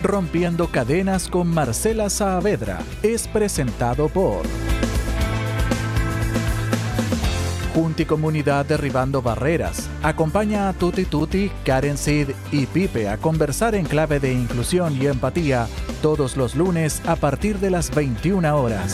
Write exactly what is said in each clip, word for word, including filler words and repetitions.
Rompiendo Cadenas con Marcela Saavedra es presentado por Junti Comunidad Derribando Barreras. Acompaña a Tuti Tuti, Karen Sid y Pipe a conversar en clave de inclusión y empatía todos los lunes a partir de las veintiuna horas.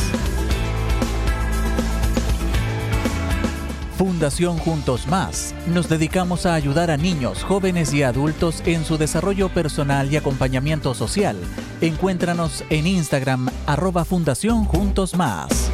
Fundación Juntos Más. Nos dedicamos a ayudar a niños, jóvenes y adultos en su desarrollo personal y acompañamiento social. Encuéntranos en Instagram, arroba Fundación Juntos Más.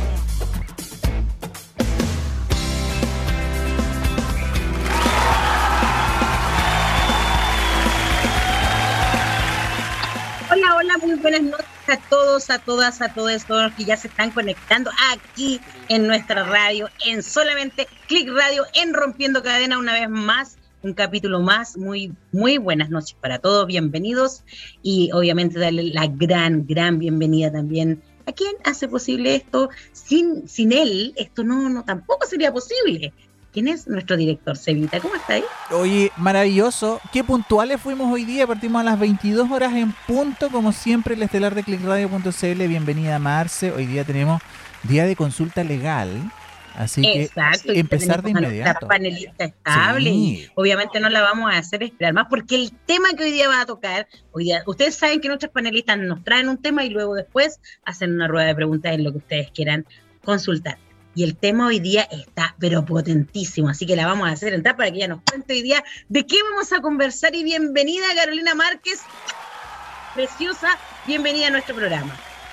Hola, hola, muy buenas noches a todos, a todas, a todos, todos los que ya se están conectando aquí en nuestra radio, en solamente Click Radio, en Rompiendo Cadena, una vez más, un capítulo más. Muy, muy buenas noches para todos, bienvenidos, y obviamente darle la gran, gran bienvenida también a quien hace posible esto. Sin, sin él, esto no, no tampoco sería posible. ¿Quién es nuestro director, Cevita? ¿Cómo está ahí? Oye, maravilloso. Qué puntuales fuimos hoy día. Partimos a las veintidós horas en punto, como siempre, el estelar de click radio punto c l. Bienvenida, Marce. Hoy día tenemos día de consulta legal, así Exacto, que empezar de inmediato. La panelista estable, sí. Y obviamente no la vamos a hacer esperar más, porque el tema que hoy día va a tocar, hoy día, ustedes saben que nuestros panelistas nos traen un tema y luego después hacen una rueda de preguntas en lo que ustedes quieran consultar. Y el tema hoy día está, pero potentísimo, así que la vamos a hacer entrar para que ella nos cuente hoy día de qué vamos a conversar. Y bienvenida, Carolina Márquez, preciosa, bienvenida a nuestro programa.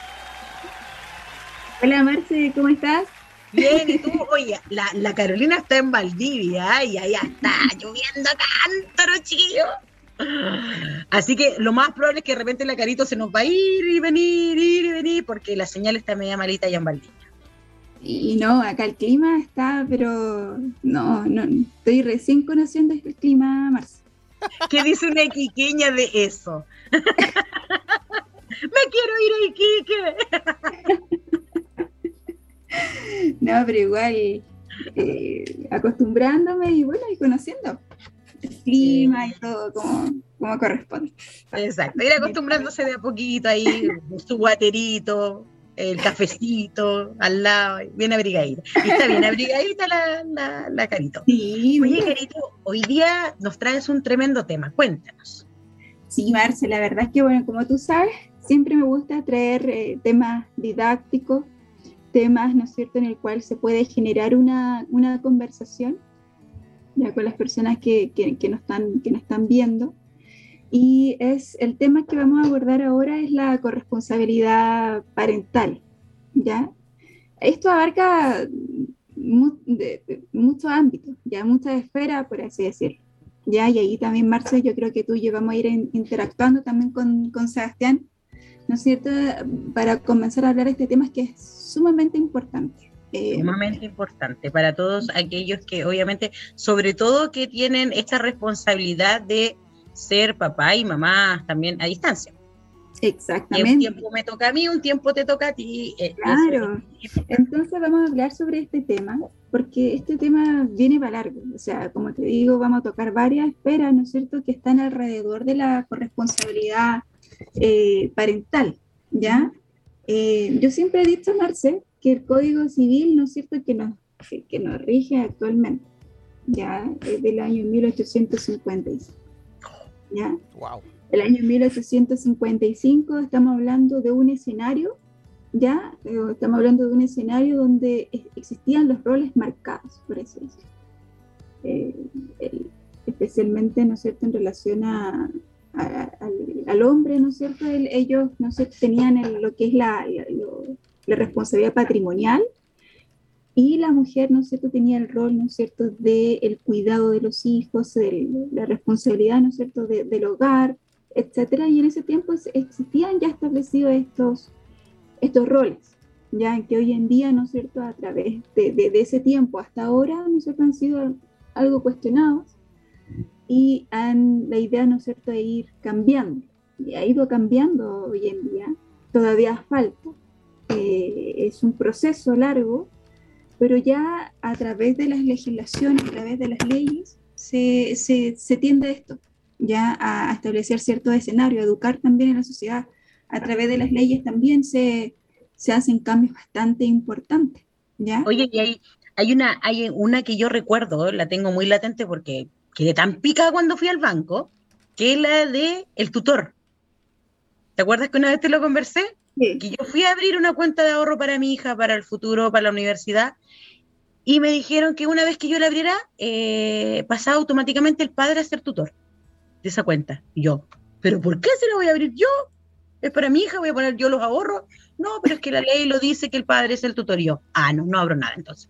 Hola, Marce, ¿cómo estás? Bien, ¿y tú? Oye, la, la Carolina está en Valdivia, ¿eh? Y allá está lloviendo cántaro, chiquillo. Así que lo más probable es que de repente la Carito se nos va a ir y venir, ir y venir, porque la señal está media malita allá en Valdivia. Y no, acá el clima está, pero no, no, estoy recién conociendo el clima, Marce. ¿Qué dice una iquiqueña de eso? ¡Me quiero ir a Iquique! No, pero igual, eh, acostumbrándome y bueno, y conociendo el clima sí. Y todo como, como corresponde. Exacto, ir acostumbrándose de a poquito ahí, su guaterito, el cafecito al lado, bien abrigadita. Y está bien abrigadita la, la, la Carito. Sí, oye, Carito, hoy día nos traes un tremendo tema, cuéntanos. Sí, Marce, la verdad es que, bueno, como tú sabes, siempre me gusta traer eh, temas didácticos, temas, ¿no es cierto?, en el cual se puede generar una, una conversación ya con las personas que, que, que, nos están, que nos están viendo. Y es el tema que vamos a abordar ahora es la corresponsabilidad parental, ¿ya? Esto abarca mu de, de, muchos ámbitos, ya muchas esferas, por así decirlo, ¿ya? Y ahí también, Marce, yo creo que tú y yo vamos a ir en, interactuando también con, con Sebastián, ¿no es cierto?, para comenzar a hablar de este tema que es sumamente importante. Eh, sumamente importante para todos aquellos que, obviamente, sobre todo que tienen esta responsabilidad de ser papá y mamá también a distancia. Exactamente. Un tiempo me toca a mí, un tiempo te toca a ti. Claro. Entonces vamos a hablar sobre este tema, porque este tema viene para largo. O sea, como te digo, vamos a tocar varias esferas, ¿no es cierto?, que están alrededor de la corresponsabilidad eh, parental, ¿ya? Eh, yo siempre he dicho, Marce, que el Código Civil, ¿no es cierto?, que nos, que, que nos rige actualmente, ya es del año mil ochocientos cincuenta y cinco. ¿Ya? Wow. El año mil ochocientos cincuenta y cinco estamos hablando de un escenario, ya estamos hablando de un escenario donde existían los roles marcados, por así decirlo. Eh, el, especialmente, ¿no es cierto?, en relación a, a, al, al hombre, ¿no es cierto?, el, ellos, ¿no sé, tenían el, lo que es la, la, lo, la responsabilidad patrimonial. Y la mujer, ¿no es cierto?, tenía el rol, ¿no es cierto?, del cuidado de los hijos, de la responsabilidad, ¿no es cierto?, de, del hogar, etcétera. Y en ese tiempo existían ya establecidos estos, estos roles, ya que hoy en día, ¿no es cierto?, a través de, de, de ese tiempo hasta ahora, ¿no es cierto?, han sido algo cuestionados y han, la idea, ¿no es cierto?, de ir cambiando. Y ha ido cambiando hoy en día, todavía falta, eh, es un proceso largo, pero ya a través de las legislaciones, a través de las leyes, se, se, se tiende a esto, ya a, a establecer ciertos escenarios, a educar también en la sociedad. A través de las leyes también se, se hacen cambios bastante importantes, ¿ya? Oye, y hay, hay una, hay una que yo recuerdo, la tengo muy latente porque quedé tan picada cuando fui al banco, que es la de el tutor. ¿Te acuerdas que una vez te lo conversé? Sí. Que yo fui a abrir una cuenta de ahorro para mi hija, para el futuro, para la universidad, y me dijeron que una vez que yo la abriera, eh, pasaba automáticamente el padre a ser tutor de esa cuenta. Y yo, ¿pero por qué se la voy a abrir yo? Es para mi hija, voy a poner yo los ahorros. No, pero es que la ley lo dice que el padre es el tutor. Y yo, ah, no, no abro nada entonces.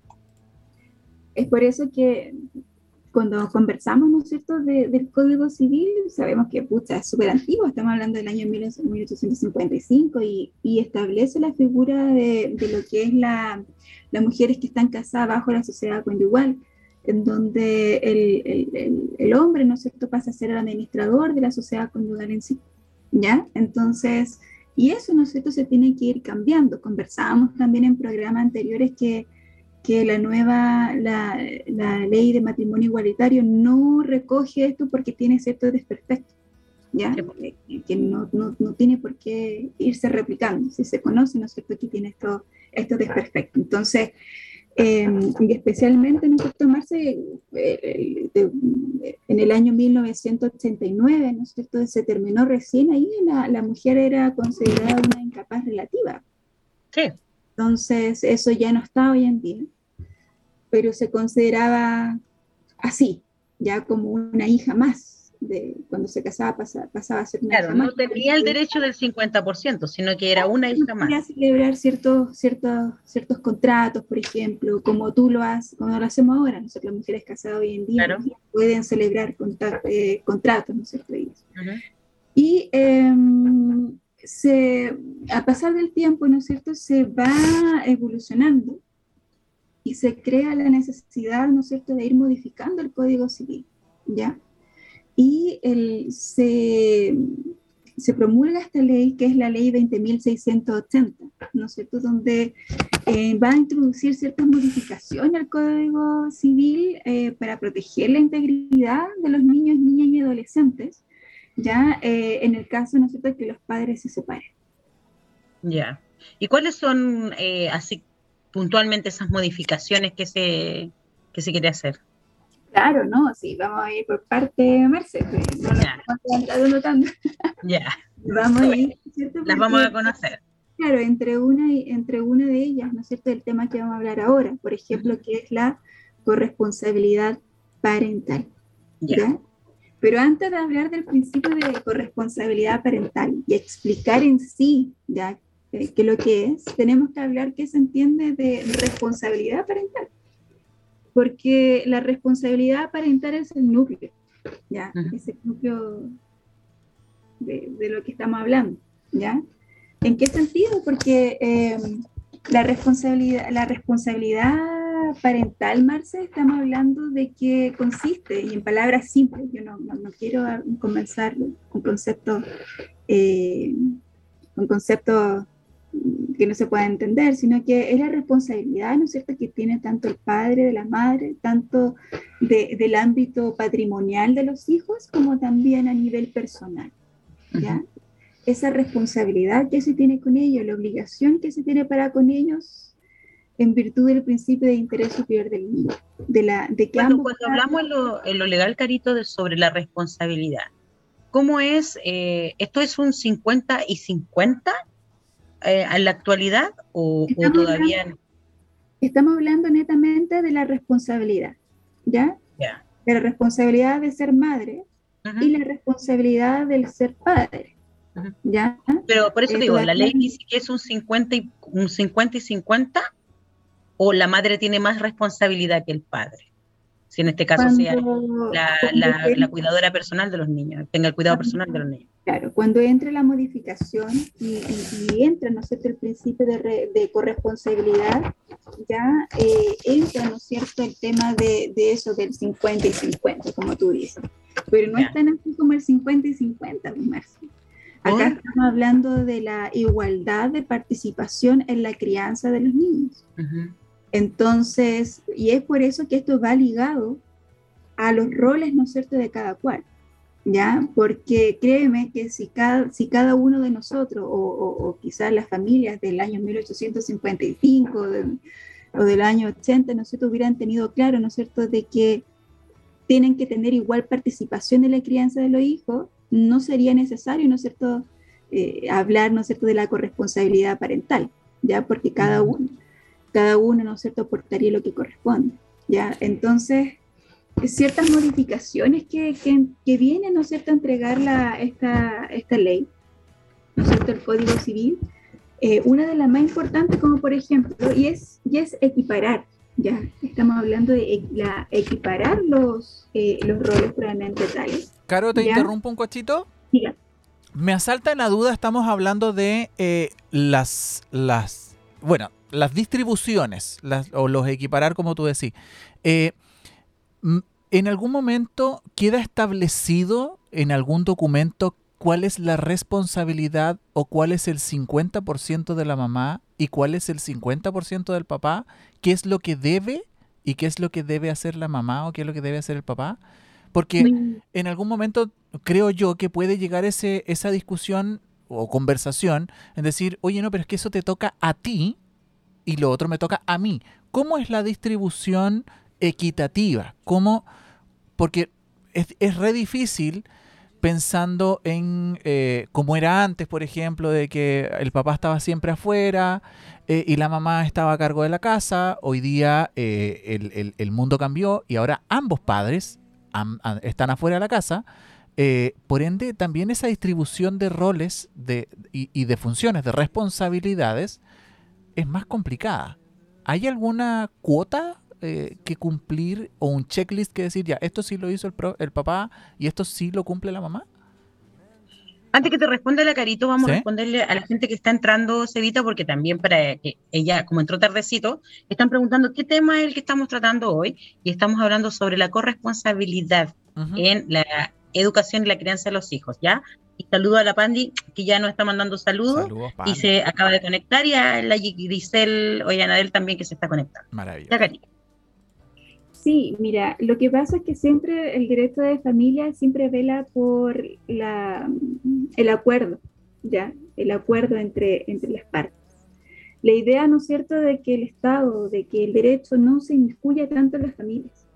Es por eso que cuando conversamos, ¿no es cierto?, de, del Código Civil, sabemos que, pucha, es súper antiguo, estamos hablando del año mil ochocientos cincuenta y cinco, y, y establece la figura de, de lo que es la, las mujeres que están casadas bajo la sociedad conyugal, en donde el, el, el, el hombre, ¿no es cierto?, pasa a ser el administrador de la sociedad conyugal en sí, ¿ya? Entonces, y eso, ¿no es cierto?, se tiene que ir cambiando. Conversábamos también en programas anteriores que que la nueva, la, la ley de matrimonio igualitario no recoge esto porque tiene ciertos desperfectos, ¿ya? Que, que no, no, no tiene por qué irse replicando. Si se conoce, ¿no es cierto?, que tiene estos esto desperfectos. Entonces, eh, y especialmente, ¿no es cierto?, Marce, eh, de, en el año mil novecientos ochenta y nueve, ¿no es cierto?, se terminó recién ahí, la, la mujer era considerada una incapaz relativa. Sí. Entonces, eso ya no está hoy en día, pero se consideraba así, ya como una hija más. De, cuando se casaba pasaba, pasaba a ser una claro, hija más. No tenía el derecho del cincuenta por ciento, sino que era una hija más. Podía celebrar ciertos, ciertos, ciertos contratos, por ejemplo, como tú lo haces, como lo hacemos ahora. Nosotros, las mujeres casadas hoy en día, claro, pueden celebrar contra, eh, contratos, ¿no es cierto? Uh-huh. Y eh, se, a pasar del tiempo, ¿no es cierto?, se va evolucionando y se crea la necesidad, ¿no es cierto?, de ir modificando el Código Civil, ¿ya? Y el, se, se promulga esta ley, que es la ley veinte mil seiscientos ochenta, ¿no es cierto?, donde eh, va a introducir ciertas modificaciones al Código Civil eh, para proteger la integridad de los niños, niñas y adolescentes, ya eh, en el caso, ¿no es cierto?, que los padres se separen. Ya. ¿Y cuáles son, eh, así puntualmente, esas modificaciones que se, que se quiere hacer? Claro, no, sí, vamos a ir por parte, Marce, pues, no nos vamos a notando. Ya. Vamos a ir, ¿cierto? Las vamos a conocer. Claro, entre una, y, entre una de ellas, ¿no es cierto?, el tema que vamos a hablar ahora, por ejemplo, que es la corresponsabilidad parental. Ya. ¿Ya? Pero antes de hablar del principio de corresponsabilidad parental y explicar en sí, ya, eh, qué es lo que es, tenemos que hablar qué se entiende de responsabilidad parental. Porque la responsabilidad parental es el núcleo, ¿ya? Uh-huh. Es el núcleo de, de lo que estamos hablando, ¿ya? ¿En qué sentido? Porque eh, la responsabilidad, la responsabilidad parental, Marce, estamos hablando de que consiste, y en palabras simples, yo no, no, no quiero comenzar con conceptos, eh, con conceptos que no se pueda entender, sino que es la responsabilidad, ¿no es cierto?, que tiene tanto el padre de la madre, tanto de, del ámbito patrimonial de los hijos, como también a nivel personal, ¿ya? Uh-huh. Esa responsabilidad que se tiene con ellos, la obligación que se tiene para con ellos, en virtud del principio de interés superior del niño. De la, de que cuando, ambos cuando hablamos en lo, en lo legal, Carito, de, sobre la responsabilidad, ¿cómo es? Eh, ¿Esto es un cincuenta y cincuenta? Eh, ¿en la actualidad o, o todavía? Hablando, estamos hablando netamente de la responsabilidad, ¿ya? Yeah. De la responsabilidad de ser madre uh-huh. y la responsabilidad del ser padre, uh-huh. ¿ya? Pero por eso eh, digo, ¿la ley dice que es un cincuenta y, un cincuenta y cincuenta o la madre tiene más responsabilidad que el padre? Si en este caso cuando, sea la, la, la cuidadora personal de los niños, tenga el cuidado personal de los niños. Claro, cuando entre la modificación y, y, y entra, ¿no es cierto?, el principio de, re, de corresponsabilidad, ya eh, entra, ¿no es cierto?, el tema de, de eso del cincuenta y cincuenta, como tú dices. Pero no ya. es tan así como el cincuenta y cincuenta, Marcia. Acá ¿Oh? estamos hablando de la igualdad de participación en la crianza de los niños. Uh-huh. Entonces, y es por eso que esto va ligado a los roles, ¿no es cierto?, de cada cual. ¿ya? Porque créeme que si cada, si cada uno de nosotros, o, o, o quizás las familias del año mil ochocientos cincuenta y cinco de, o del año ochenta, ¿no es cierto?, hubieran tenido claro, ¿no es cierto?, de que tienen que tener igual participación en la crianza de los hijos, no sería necesario, ¿no es cierto?, eh, hablar, ¿no es cierto?, de la corresponsabilidad parental, ¿ya? Porque cada uno, cada uno, ¿no es cierto?, aportaría lo que corresponde, ¿ya? Entonces, ciertas modificaciones que, que, que vienen, ¿no es cierto?, a entregar la, esta, esta ley, ¿no es cierto?, el Código Civil, eh, una de las más importantes, como por ejemplo, y es, y es equiparar, ya, estamos hablando de la, equiparar los, eh, los roles probablemente tales. Caro, ¿te ¿ya? interrumpo un cochito? Diga. Me asalta en la duda, estamos hablando de eh, las, las, bueno, las distribuciones, las, o los equiparar, como tú decís. Eh, ¿En algún momento queda establecido en algún documento cuál es la responsabilidad o cuál es el cincuenta por ciento de la mamá y cuál es el cincuenta por ciento del papá? ¿Qué es lo que debe y qué es lo que debe hacer la mamá o qué es lo que debe hacer el papá? Porque mm. en algún momento creo yo que puede llegar ese, esa discusión o conversación en decir, oye, no, pero es que eso te toca a ti y lo otro me toca a mí. ¿Cómo es la distribución equitativa? ¿Cómo? Porque es, es re difícil pensando en eh, cómo era antes, por ejemplo, de que el papá estaba siempre afuera eh, y la mamá estaba a cargo de la casa. Hoy día eh, el, el, el mundo cambió y ahora ambos padres am, am, están afuera de la casa. Eh, por ende, también esa distribución de roles de, y, y de funciones, de responsabilidades, es más complicada. ¿Hay alguna cuota eh, que cumplir o un checklist que decir, ya, esto sí lo hizo el, pro, el papá y esto sí lo cumple la mamá? Antes que te responda la Carito, vamos ¿Sí? a responderle a la gente que está entrando, Cevita, porque también para que ella, como entró tardecito, están preguntando qué tema es el que estamos tratando hoy, y estamos hablando sobre la corresponsabilidad uh-huh. en la educación y la crianza de los hijos, ¿ya? Y saludo a la Pandi, que ya nos está mandando saludos, saludos y se acaba de conectar, y a la Grisel o a Yanadel también, que se está conectando. Maravilloso. Ya, Carito. Sí, mira, lo que pasa es que siempre el derecho de familia siempre vela por la, el acuerdo, ¿ya? El acuerdo entre, entre las partes. La idea, ¿no es cierto?, de que el Estado, de que el derecho no se inmiscuya tanto en las familias.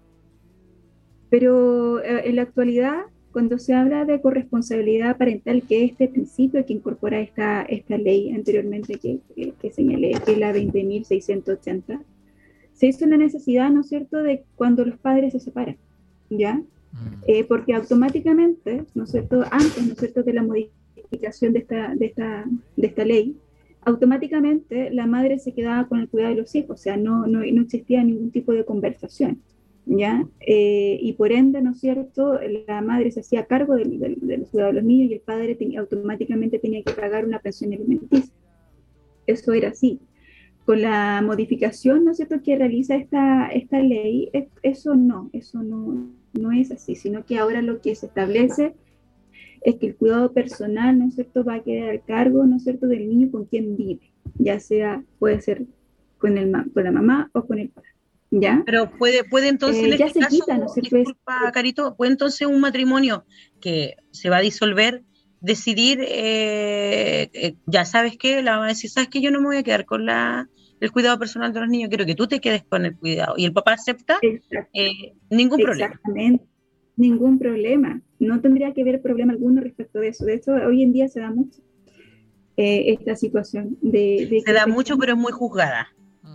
Pero eh, en la actualidad, cuando se habla de corresponsabilidad parental, que es este principio que incorpora esta, esta ley anteriormente que, que, que señalé, que es la veinte mil seiscientos ochenta, se hizo una necesidad, ¿no es cierto?, de cuando los padres se separan, ¿ya? Mm. Eh, porque automáticamente, ¿no es cierto?, antes, ¿no es cierto?, de la modificación de esta, de esta, de esta ley, automáticamente la madre se quedaba con el cuidado de los hijos, o sea, no, no, no existía ningún tipo de conversación, ¿ya? Eh, y por ende, ¿no es cierto?, la madre se hacía cargo de, de, de los cuidados de los niños y el padre tenía, automáticamente tenía que pagar una pensión alimenticia. Eso era así. Con la modificación, ¿no es cierto?, que realiza esta, esta ley, es, eso no, eso no, no es así, sino que ahora lo que se establece es que el cuidado personal, ¿no es cierto?, va a quedar al cargo, ¿no es cierto?, del niño con quien vive, ya sea, puede ser con, el, con la mamá o con el padre, ¿ya? Pero puede, puede entonces, eh, en ya este se caso, quita, ¿no es cierto?, disculpa, Carito, puede entonces un matrimonio que se va a disolver decidir, eh, eh, ya sabes que la mamá va a decir, sabes que yo no me voy a quedar con la el cuidado personal de los niños, quiero que tú te quedes con el cuidado, y el papá acepta, eh, ningún problema. Exactamente, ningún problema, no tendría que haber problema alguno respecto de eso. De hecho, hoy en día se da mucho eh, esta situación de, de se da mucho, pero es muy juzgada.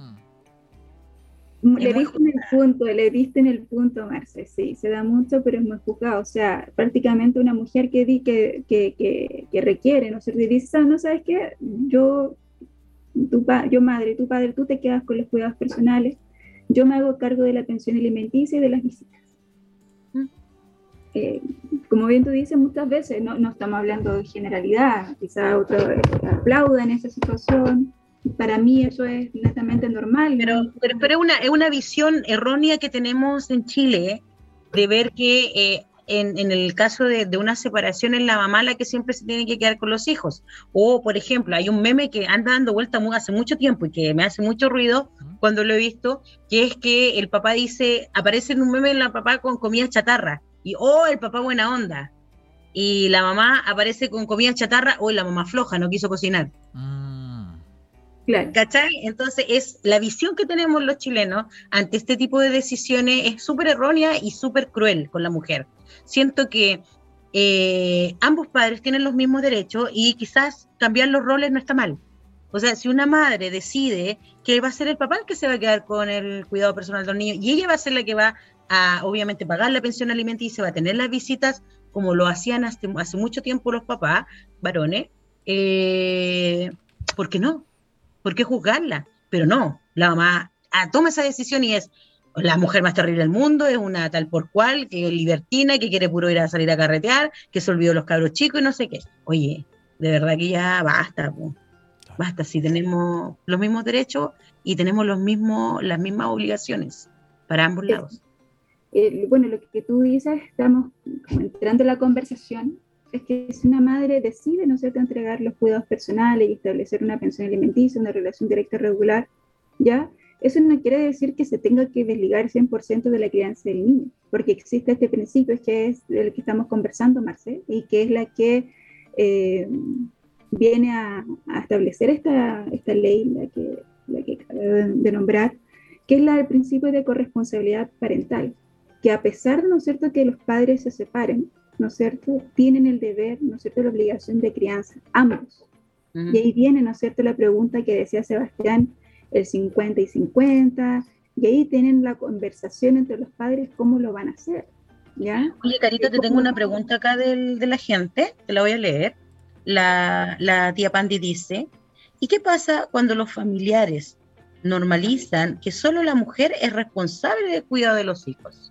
Le diste en el punto, le diste en el punto, Marce, sí, se da mucho, pero es muy juzgado. O sea, prácticamente una mujer que, di, que, que, que, que requiere, ¿no? Y dice, no, ¿sabes qué? Yo, tu pa, yo madre, tu padre, tú te quedas con los cuidados personales, yo me hago cargo de la pensión alimenticia y de las visitas. ¿Mm? Eh, como bien tú dices, muchas veces, no, no estamos hablando de generalidad, quizá otro eh, aplauda en esa situación. Para mí eso es netamente normal. Pero, pero, pero es, una, es una visión errónea que tenemos en Chile, de ver que eh, en, en el caso de, de una separación es la mamá la que siempre se tiene que quedar con los hijos. O, por ejemplo, hay un meme que anda dando vuelta hace mucho tiempo y que me hace mucho ruido cuando lo he visto, que es que el papá dice, aparece en un meme en la papá con comida chatarra, y oh, el papá buena onda. y la mamá aparece con comida chatarra, o la mamá floja, no quiso cocinar. Mm. Claro. ¿Cachai? Entonces es la visión que tenemos los chilenos ante este tipo de decisiones es súper errónea y súper cruel con la mujer. Siento que eh, ambos padres tienen los mismos derechos y quizás cambiar los roles no está mal. O sea, si una madre decide que va a ser el papá el que se va a quedar con el cuidado personal de los niños y ella va a ser la que va a, obviamente, pagar la pensión alimenticia, va a tener las visitas como lo hacían hace, hace mucho tiempo los papás, varones, eh, ¿por qué no? ¿Por qué juzgarla? Pero no, la mamá ah, toma esa decisión y es la mujer más terrible del mundo, es una tal por cual, que es libertina, que quiere puro ir a salir a carretear, que se olvidó los cabros chicos y no sé qué. Oye, de verdad que ya basta, po. Basta, si tenemos los mismos derechos y tenemos los mismos, las mismas obligaciones para ambos lados. Eh, bueno, lo que tú dices, estamos entrando en la conversación, es que si una madre decide, ¿no es cierto?, entregar los cuidados personales y establecer una pensión alimenticia, una relación directa regular, ¿ya? Eso no quiere decir que se tenga que desligar cien por ciento de la crianza del niño, porque existe este principio que es del que estamos conversando, Marce, y que es la que eh, viene a, a establecer esta, esta ley, la que, la que acabo de nombrar, que es la del principio de corresponsabilidad parental, que a pesar, ¿no es cierto?, que los padres se separen, ¿no es cierto?, tienen el deber, ¿no es cierto?, la obligación de crianza, ambos. Uh-huh. Y ahí viene, ¿no es cierto?, la pregunta que decía Sebastián, el cincuenta y cincuenta, y ahí tienen la conversación entre los padres, cómo lo van a hacer, ¿ya? Oye, Carita, te tengo una pregunta acá del, de la gente, te la voy a leer. La, la tía Pandi dice, ¿y qué pasa cuando los familiares normalizan que solo la mujer es responsable del cuidado de los hijos?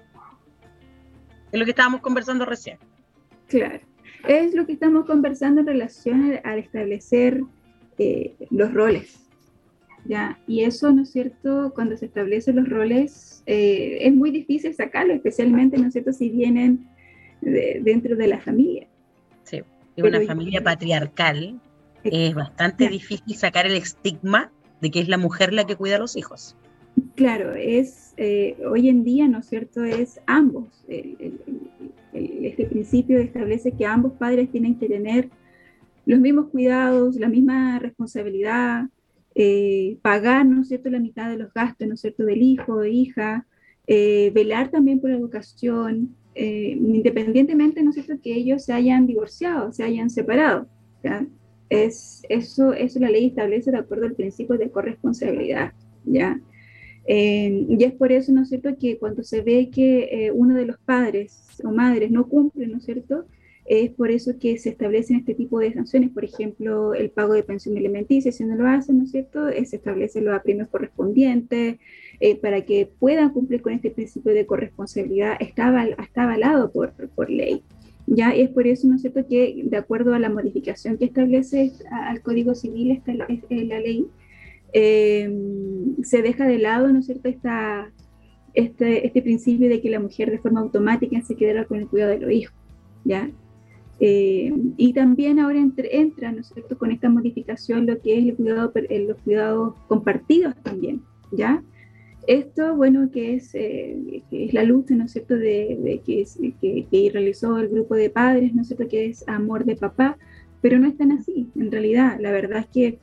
Es lo que estábamos conversando recién. Claro, es lo que estamos conversando en relación al establecer eh, los roles, ¿ya? Y eso, ¿no es cierto?, cuando se establecen los roles, eh, es muy difícil sacarlo, especialmente, ¿no es cierto?, si vienen de, dentro de la familia. Sí, de una Pero familia yo, patriarcal, es bastante ya. difícil sacar el estigma de que es la mujer la que cuida a los hijos. Claro, es eh, hoy en día, ¿no es cierto?, es ambos. El, el, el, este principio establece que ambos padres tienen que tener los mismos cuidados, la misma responsabilidad, eh, pagar, ¿no es cierto?, la mitad de los gastos, ¿no es cierto?, del hijo o hija, eh, velar también por la educación, eh, independientemente, ¿no es cierto?, que ellos se hayan divorciado, se hayan separado, ¿ya? Es, eso, eso la ley establece de acuerdo al principio de corresponsabilidad, ¿ya? Eh, y es por eso, ¿no es cierto?, que cuando se ve que eh, uno de los padres o madres no cumple, ¿no es cierto?, es por eso que se establecen este tipo de sanciones, por ejemplo, el pago de pensión alimenticia, si no lo hacen, ¿no es cierto?, eh, se establecen los apremios correspondientes eh, para que puedan cumplir con este principio de corresponsabilidad, está, aval, está avalado por, por ley. Ya, y es por eso, ¿no es cierto?, que de acuerdo a la modificación que establece al Código Civil, esta, la, la ley, Eh, se deja de lado, ¿no es cierto?, esta, este, este principio de que la mujer de forma automática se quedará con el cuidado de los hijos, ¿ya? Eh, y también ahora entre, entra, ¿no es cierto?, con esta modificación lo que es el cuidado, los cuidados compartidos también, ¿ya? Esto, bueno, que es, eh, que es la lucha, ¿no es cierto?, de, de que, que, que realizó el grupo de padres, ¿no es cierto?, que es amor de papá, pero no es tan así, en realidad, la verdad es que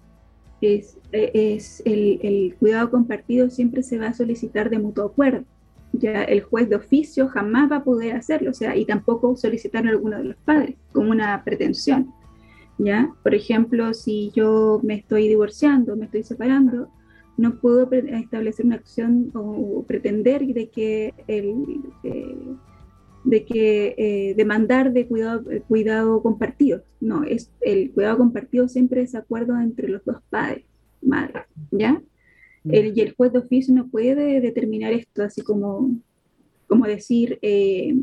Es, es el, el cuidado compartido siempre se va a solicitar de mutuo acuerdo. Ya el juez de oficio jamás va a poder hacerlo, o sea, y tampoco solicitarlo a alguno de los padres como una pretensión. ¿Ya? Por ejemplo, si yo me estoy divorciando, me estoy separando, no puedo establecer una acción o pretender de que el eh, de que eh, demandar de cuidado, cuidado compartido. No, es el cuidado compartido siempre es acuerdo entre los dos padres, madres, ¿ya? El, y el juez de oficio no puede determinar esto, así como, como decir, eh,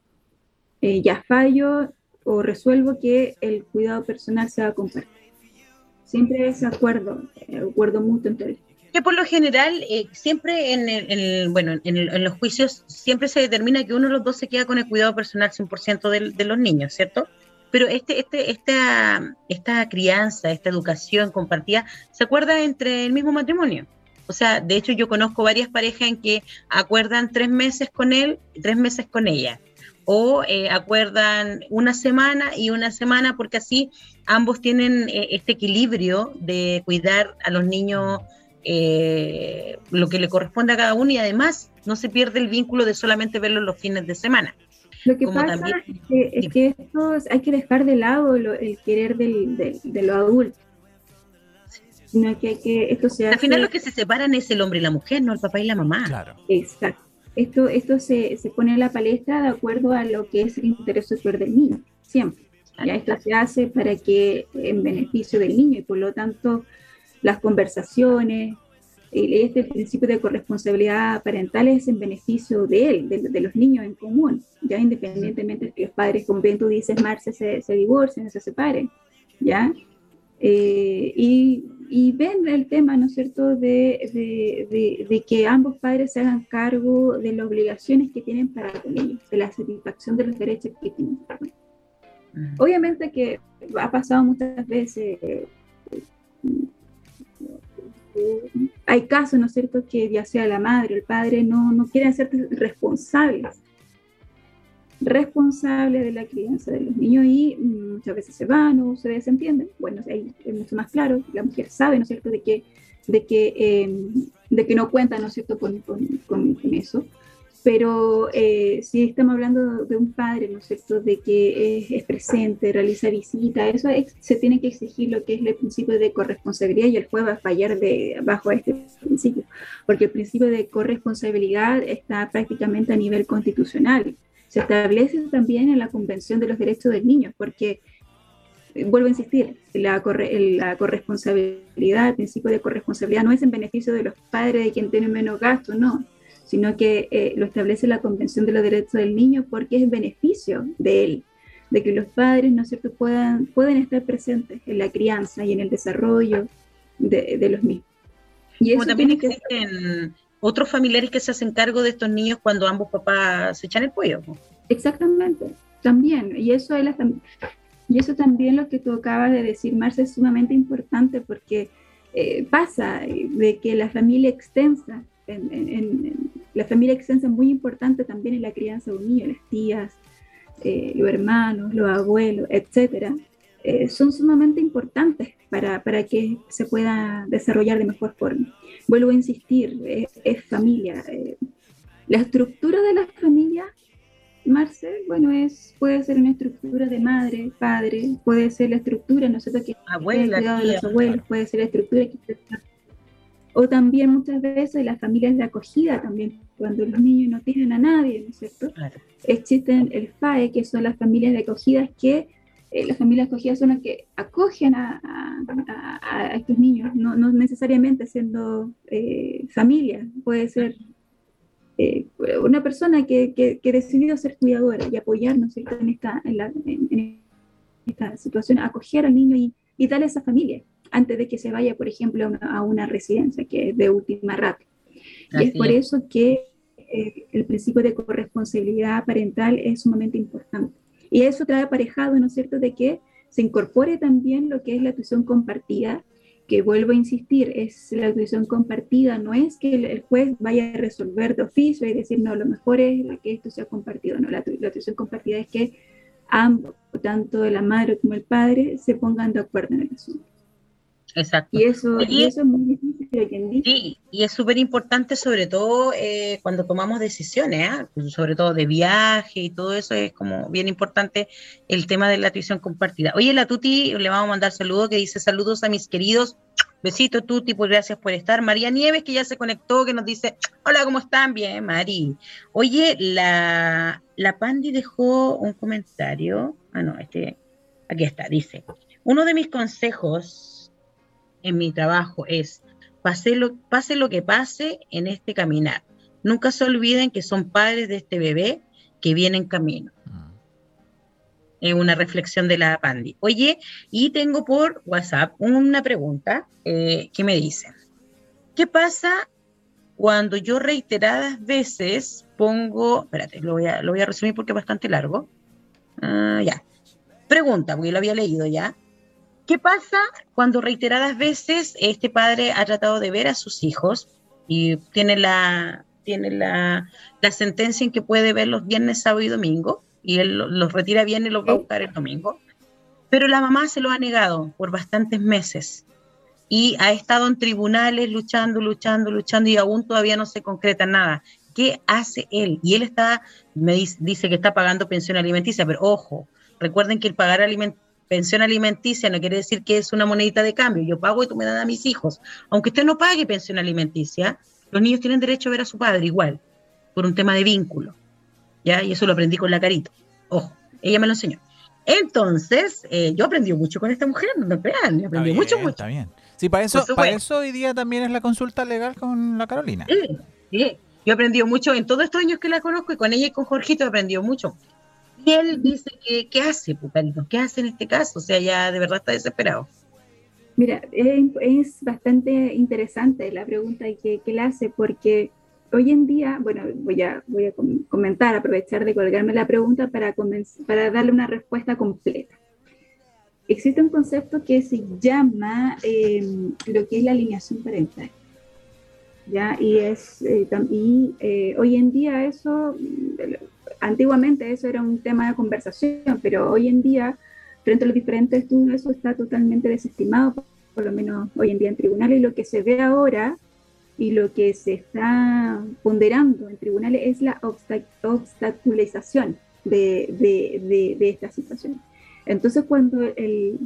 eh, ya fallo o resuelvo que el cuidado personal se va a compartir. Siempre es acuerdo, acuerdo mutuo entre ellos. Que por lo general, eh, siempre en, el, en, el, bueno, en, el, en los juicios siempre se determina que uno de los dos se queda con el cuidado personal cien por ciento de, de los niños, ¿cierto? Pero este, este, esta, esta crianza, esta educación compartida, se acuerda entre el mismo matrimonio. O sea, de hecho yo conozco varias parejas en que acuerdan tres meses con él y tres meses con ella. o eh, acuerdan una semana y una semana, porque así ambos tienen eh, este equilibrio de cuidar a los niños eh, lo que le corresponde a cada uno, y además no se pierde el vínculo de solamente verlos los fines de semana. Lo que Como pasa también, es que, es que esto es- hay que dejar de lado lo- el querer del, del- de los adultos, sino que hay que, esto se al final hace, lo que se separan es el hombre y la mujer, no el papá y la mamá. Claro. exacto, esto, esto se, se pone en la palestra de acuerdo a lo que es el interés superior del niño, siempre. Ya esto se hace para que en beneficio del niño, y por lo tanto las conversaciones, y este principio de corresponsabilidad parental es en beneficio de él, de, de los niños en común, ya independientemente de que los padres, como bien tú dices, Marce, se, se divorcien, se separen, ¿ya? Eh, y, y ven el tema, ¿no es cierto?, de, de, de, de que ambos padres se hagan cargo de las obligaciones que tienen para con ellos, de la satisfacción de los derechos que tienen para con ellos. Uh-huh. Obviamente que ha pasado muchas veces, eh, hay casos, ¿no es cierto?, que ya sea la madre o el padre no, no quieren ser responsables, responsables de la crianza de los niños, y muchas veces se van o se desentienden. Bueno, ahí es mucho más claro, la mujer sabe, ¿no es cierto?, de que, de que, eh, de que no cuenta, ¿no es cierto?, con, con, con, con eso. Pero eh, si estamos hablando de un padre, ¿no es cierto?, de que es, es presente, realiza visitas, eso es, se tiene que exigir lo que es el principio de corresponsabilidad, y el juez va a fallar de, bajo este principio, porque el principio de corresponsabilidad está prácticamente a nivel constitucional. Se establece también en la Convención de los Derechos del Niño, porque, vuelvo a insistir, la, corre, la corresponsabilidad, el principio de corresponsabilidad no es en beneficio de los padres, de quien tiene menos gastos, no, sino que eh, lo establece la Convención de los Derechos del Niño, porque es en beneficio de él, de que los padres, ¿no es cierto?, puedan, pueden estar presentes en la crianza y en el desarrollo de, de los mismos. Y Como eso también tiene existen que... otros familiares que se hacen cargo de estos niños cuando ambos papás se echan el cuello. Exactamente, también, y eso, es la, y eso también lo que tú acabas de decir, Marce, es sumamente importante, porque eh, pasa de que la familia extensa, En, en, en, la familia extensa es muy importante también en la crianza de un niño, las tías, eh, los hermanos, los abuelos, etcétera, eh, son sumamente importantes para, para que se pueda desarrollar de mejor forma. Vuelvo a insistir, eh, es familia. Eh, la estructura de la familia, Marce, bueno, es, puede ser una estructura de madre, padre, puede ser la estructura, no sé, que abuela, el cuidado de los abuelos, puede ser la estructura que o también muchas veces las familias de acogida también, cuando los niños no tienen a nadie, ¿no es cierto? Claro. Existen el F A E, que son las familias de acogida, que eh, las familias de acogida son las que acogen a, a, a, a estos niños, no, no necesariamente siendo eh, familia, puede ser eh, una persona que, que, que decidió ser cuidadora y apoyarnos, ¿cierto?, en esta, en la, en, en esta situación, acoger al niño y, y darle a esa familia, antes de que se vaya, por ejemplo, a una, a una residencia, que es de última ratio. Y es por eso que eh, el principio de corresponsabilidad parental es sumamente importante. Y eso trae aparejado, ¿no es cierto?, de que se incorpore también lo que es la tuición compartida, que vuelvo a insistir, es la tuición compartida, no es que el, el juez vaya a resolver de oficio y decir, no, lo mejor es que esto sea compartido, no, la, la tuición compartida es que ambos, tanto la madre como el padre, se pongan de acuerdo en el asunto. Exacto. Y eso, Oye, y eso es muy difícil de quien dice. Sí, y es súper importante, sobre todo eh, cuando tomamos decisiones, ¿eh? Sobre todo de viaje y todo eso, es como bien importante el tema de la tuición compartida. Oye, la Tuti, le vamos a mandar saludos, que dice saludos a mis queridos, besitos Tuti, pues gracias por estar. María Nieves, que ya se conectó, que nos dice, hola, ¿cómo están? Bien, Mari. Oye, la, la Pandi dejó un comentario, ah, no, este, aquí está, dice, uno de mis consejos en mi trabajo es, pase lo, pase lo que pase en este caminar, nunca se olviden que son padres de este bebé que viene en camino. Es una reflexión de la Pandi. Oye, y tengo por WhatsApp una pregunta eh, que me dice, ¿qué pasa cuando yo reiteradas veces pongo, espérate, lo voy a, lo voy a resumir porque es bastante largo, uh, ya, pregunta, porque lo había leído ya. ¿Qué pasa cuando reiteradas veces este padre ha tratado de ver a sus hijos y tiene la, tiene la, la sentencia en que puede verlos viernes, sábado y domingo, y él lo- los retira bien y los va a buscar el domingo. Pero la mamá se lo ha negado por bastantes meses y ha estado en tribunales luchando, luchando, luchando y aún todavía no se concreta nada. ¿Qué hace él? Y él está, me dice, dice que está pagando pensión alimenticia, pero ojo, recuerden que el pagar aliment- pensión alimenticia no quiere decir que es una monedita de cambio. Yo pago y tú me das a mis hijos. Aunque usted no pague pensión alimenticia, los niños tienen derecho a ver a su padre igual, por un tema de vínculo. ¿Ya? Y eso lo aprendí con la Carito. Ojo, ella me lo enseñó. Entonces, eh, yo aprendí mucho con esta mujer, no me crean, yo Está aprendí bien, mucho, mucho. está bien. Sí, para eso, Entonces, para bueno. eso hoy día también es la consulta legal con la Carolina. Sí, sí. Yo he aprendido mucho en todos estos años que la conozco y con ella y con Jorgito he aprendido mucho. Y él dice que, ¿qué hace, Pucarito? ¿Qué hace en este caso? O sea, ya de verdad está desesperado. Mira, es, es bastante interesante la pregunta que, que él hace, porque hoy en día, bueno, voy a, voy a com- comentar, aprovechar de colgarme la pregunta para, comenz- para darle una respuesta completa. Existe un concepto que se llama eh, lo que es la alineación parental. ¿Ya? Y, es, eh, tam- y eh, hoy en día eso, eh, antiguamente eso era un tema de conversación, pero hoy en día, frente a los diferentes estudios, eso está totalmente desestimado, por, por lo menos hoy en día en tribunales, y lo que se ve ahora y lo que se está ponderando en tribunales es la obstac obstaculización de, de, de, de esta situación. Entonces cuando, el,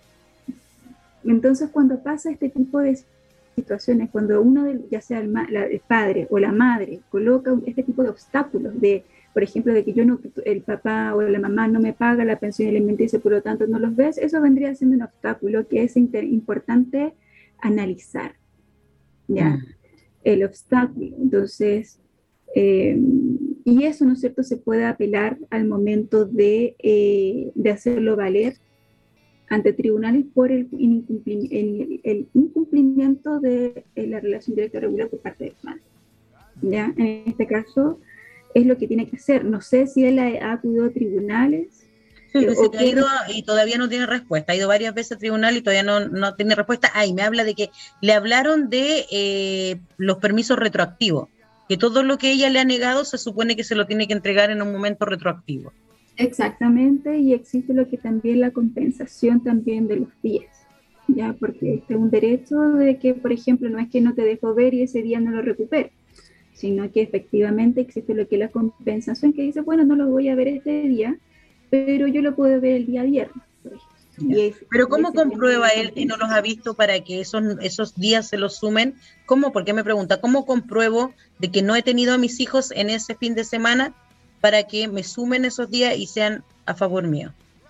entonces, cuando pasa este tipo de situaciones, cuando uno, de, ya sea el, la, el padre o la madre, coloca este tipo de obstáculos, de, por ejemplo, de que yo no, el papá o la mamá no me paga la pensión alimenticia, por lo tanto no los ves, eso vendría siendo un obstáculo que es inter, importante analizar, ¿ya? Mm. El obstáculo. Entonces, eh, y eso, ¿no es cierto?, se puede apelar al momento de, eh, de hacerlo valer ante tribunales por el incumplimiento, el, el incumplimiento de la relación directa regular por parte del padre. ¿Ya? En este caso es lo que tiene que hacer. No sé si él ha, ha acudido a tribunales. Sí, eh, o que ha ido y todavía no tiene respuesta. Ha ido varias veces a tribunal y todavía no, no tiene respuesta. Ah, y me habla de que le hablaron de eh, los permisos retroactivos, que todo lo que ella le ha negado se supone que se lo tiene que entregar en un momento retroactivo. Exactamente, y existe lo que también la compensación también de los días, ya, porque este es un derecho de que, por ejemplo, no es que no te dejo ver y ese día no lo recupero, sino que efectivamente existe lo que es la compensación, que dice, bueno, no lo voy a ver este día, pero yo lo puedo ver el día viernes, por ejemplo. Y es, pero ¿cómo comprueba él que no los ha visto para que esos, esos días se los sumen? ¿Cómo? Porque me pregunta, ¿cómo compruebo de que no he tenido a mis hijos en ese fin de semana para que me sumen esos días y sean a favor mío?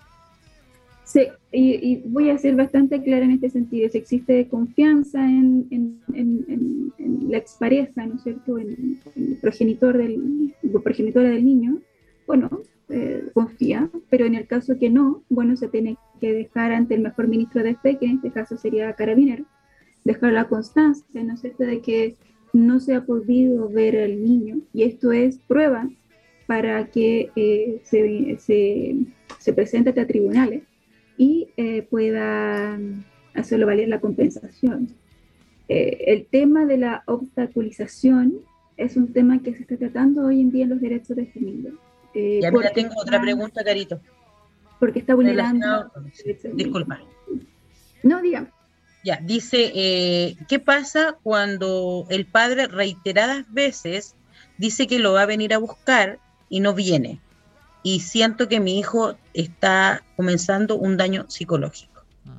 Sí, y, y voy a ser bastante clara en este sentido. Si existe confianza en, en, en, en, en la expareja, ¿no es cierto?, en, en el progenitor del, progenitora del niño, bueno, eh, confía, pero en el caso que no, bueno, se tiene que dejar ante el mejor ministro de fe, que en este caso sería Carabinero, dejar la constancia, ¿no es cierto?, de que no se ha podido ver al niño, y esto es prueba para que eh, se, se, se presente a tribunales y eh, pueda hacerlo valer la compensación. Eh, el tema de la obstaculización es un tema que se está tratando hoy en día en los derechos de familia. Eh, ya mira, tengo está, otra pregunta, Carito. Porque está vulnerando... Disculpa. No, dígame. Ya, dice, eh, ¿qué pasa cuando el padre reiteradas veces dice que lo va a venir a buscar y no viene? Y siento que mi hijo está comenzando un daño psicológico.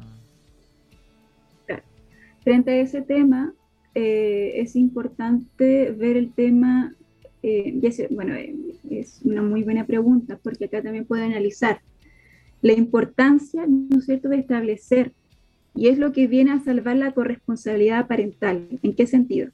Claro. Frente a ese tema, eh, es importante ver el tema, eh, y es, bueno, eh, es una muy buena pregunta, porque acá también puede analizar la importancia, ¿no es cierto?, de establecer, y es lo que viene a salvar la corresponsabilidad parental. ¿En qué sentido?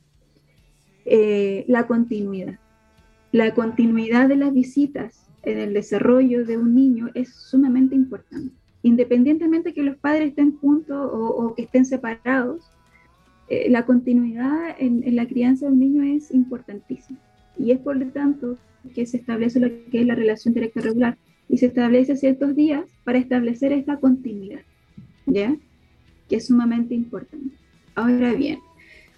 Eh, la continuidad. La continuidad de las visitas en el desarrollo de un niño es sumamente importante. Independientemente que los padres estén juntos o, o que estén separados, eh, la continuidad en, en la crianza de un niño es importantísima. Y es por lo tanto que se establece lo que es la relación directa regular y se establece ciertos días para establecer esta continuidad, ¿ya? Que es sumamente importante. Ahora bien,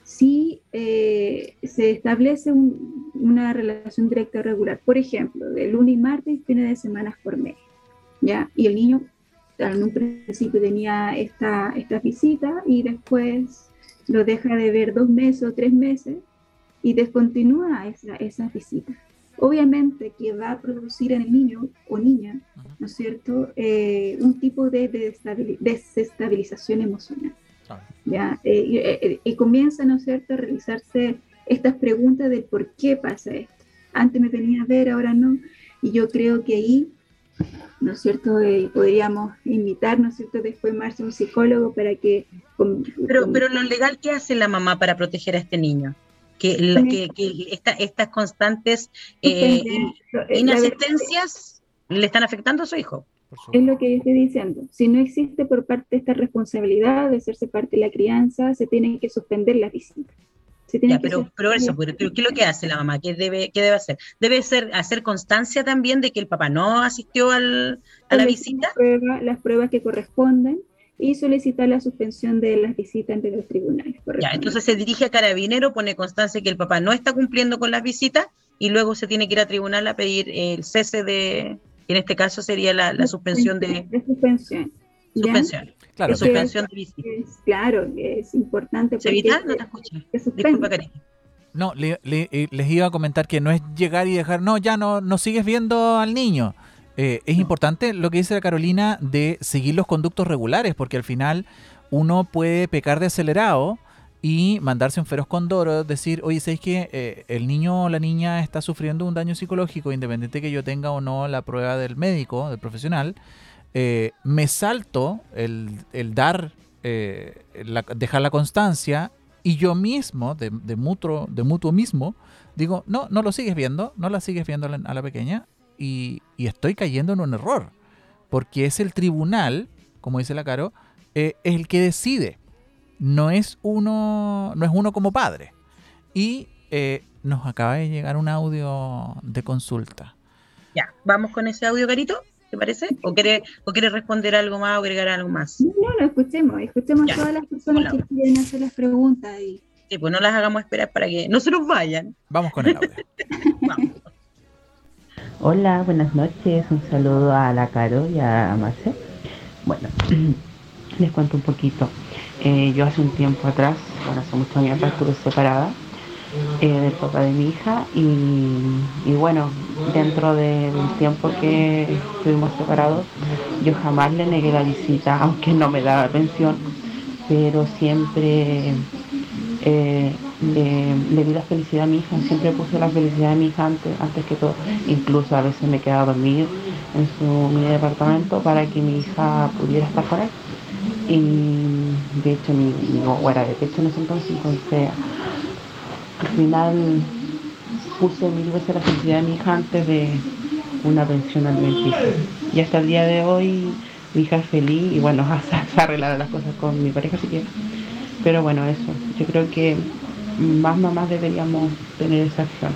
si eh, se establece un, una relación directa regular. Por ejemplo, de lunes y martes, fines de semana por mes, ¿ya? Y el niño en un principio tenía esta, esta visita y después lo deja de ver dos meses o tres meses y descontinúa esa, esas visitas. Obviamente que va a producir en el niño o niña, ¿no es cierto?, eh, un tipo de, de desestabilización emocional. ¿Ya? Eh, y, eh, y comienza, ¿no es cierto?, a realizarse estas preguntas de por qué pasa esto. Antes me venía a ver, ahora no. Y yo creo que ahí, ¿no es cierto?, eh, podríamos invitar, ¿no es cierto?, después Marce, un psicólogo para que... Con, pero, con, pero lo legal, ¿qué hace la mamá para proteger a este niño? Que, la, que, que esta, estas constantes eh, in, inasistencias le están afectando a su hijo. Es lo que yo estoy diciendo. Si no existe por parte de esta responsabilidad de hacerse parte de la crianza, se tienen que suspender las visitas. Se ya, pero, pero eso, pero, pero ¿qué es lo que hace la mamá? ¿Qué debe, qué debe hacer? ¿Debe ser hacer constancia también de que el papá no asistió al, a la visita? Las pruebas, las pruebas que corresponden y solicitar la suspensión de las visitas ante los tribunales. Ya, entonces se dirige a Carabinero, pone constancia que el papá no está cumpliendo con las visitas y luego se tiene que ir a tribunal a pedir el cese de, en este caso sería la, la suspensión de... de suspensión. Suspensión. Claro, de suspensión de visitas. Es, claro, es importante. ¿Sevita? No te escucho. Disculpa, cariño. No, le, le, les iba a comentar que no es llegar y dejar, no, ya no, no sigues viendo al niño. Eh, es importante lo que dice la Carolina de seguir los conductos regulares, porque al final uno puede pecar de acelerado y mandarse un feroz condoro, decir, oye, ¿sabes qué? Eh, el niño o la niña está sufriendo un daño psicológico, independiente que yo tenga o no la prueba del médico, del profesional, eh, me salto el, el dar, eh, la, dejar la constancia, y yo mismo, de, de, mutuo, de mutuo mismo, digo, no, no lo sigues viendo, no la sigues viendo a la, a la pequeña, y, y estoy cayendo en un error, porque es el tribunal, como dice la Caro, eh, es el que decide, no es uno, no es uno como padre. Y eh, nos acaba de llegar un audio de consulta. Ya, vamos con ese audio, Carito, ¿te parece? ¿O quiere, o quiere responder algo más o agregar algo más? No, no, escuchemos, escuchemos a todas las personas que quieren hacer las preguntas. Y... Sí, pues no las hagamos esperar para que no se nos vayan. Vamos con el audio. Vamos. Hola, buenas noches, un saludo a la Caro y a Marce. Bueno, les cuento un poquito. Eh, yo hace un tiempo atrás, bueno, hace muchos años atrás, estuve separada eh, del papá de mi hija y, y bueno, dentro de, del tiempo que estuvimos separados, yo jamás le negué la visita, aunque no me daba pensión, pero siempre eh, le, le di la felicidad a mi hija, siempre puse la felicidad de mi hija antes, antes que todo, incluso a veces me quedaba a dormir en su mini departamento para que mi hija pudiera estar con él. Y de hecho mi, mi guagua era de pecho en ese entonces, entonces al final puse mil veces la felicidad de mi hija antes de una pensión alimenticia. Y hasta el día de hoy mi hija es feliz y bueno, se arreglaron las cosas con mi pareja si quiere. Pero bueno, eso, yo creo que más mamás deberíamos tener esa acción.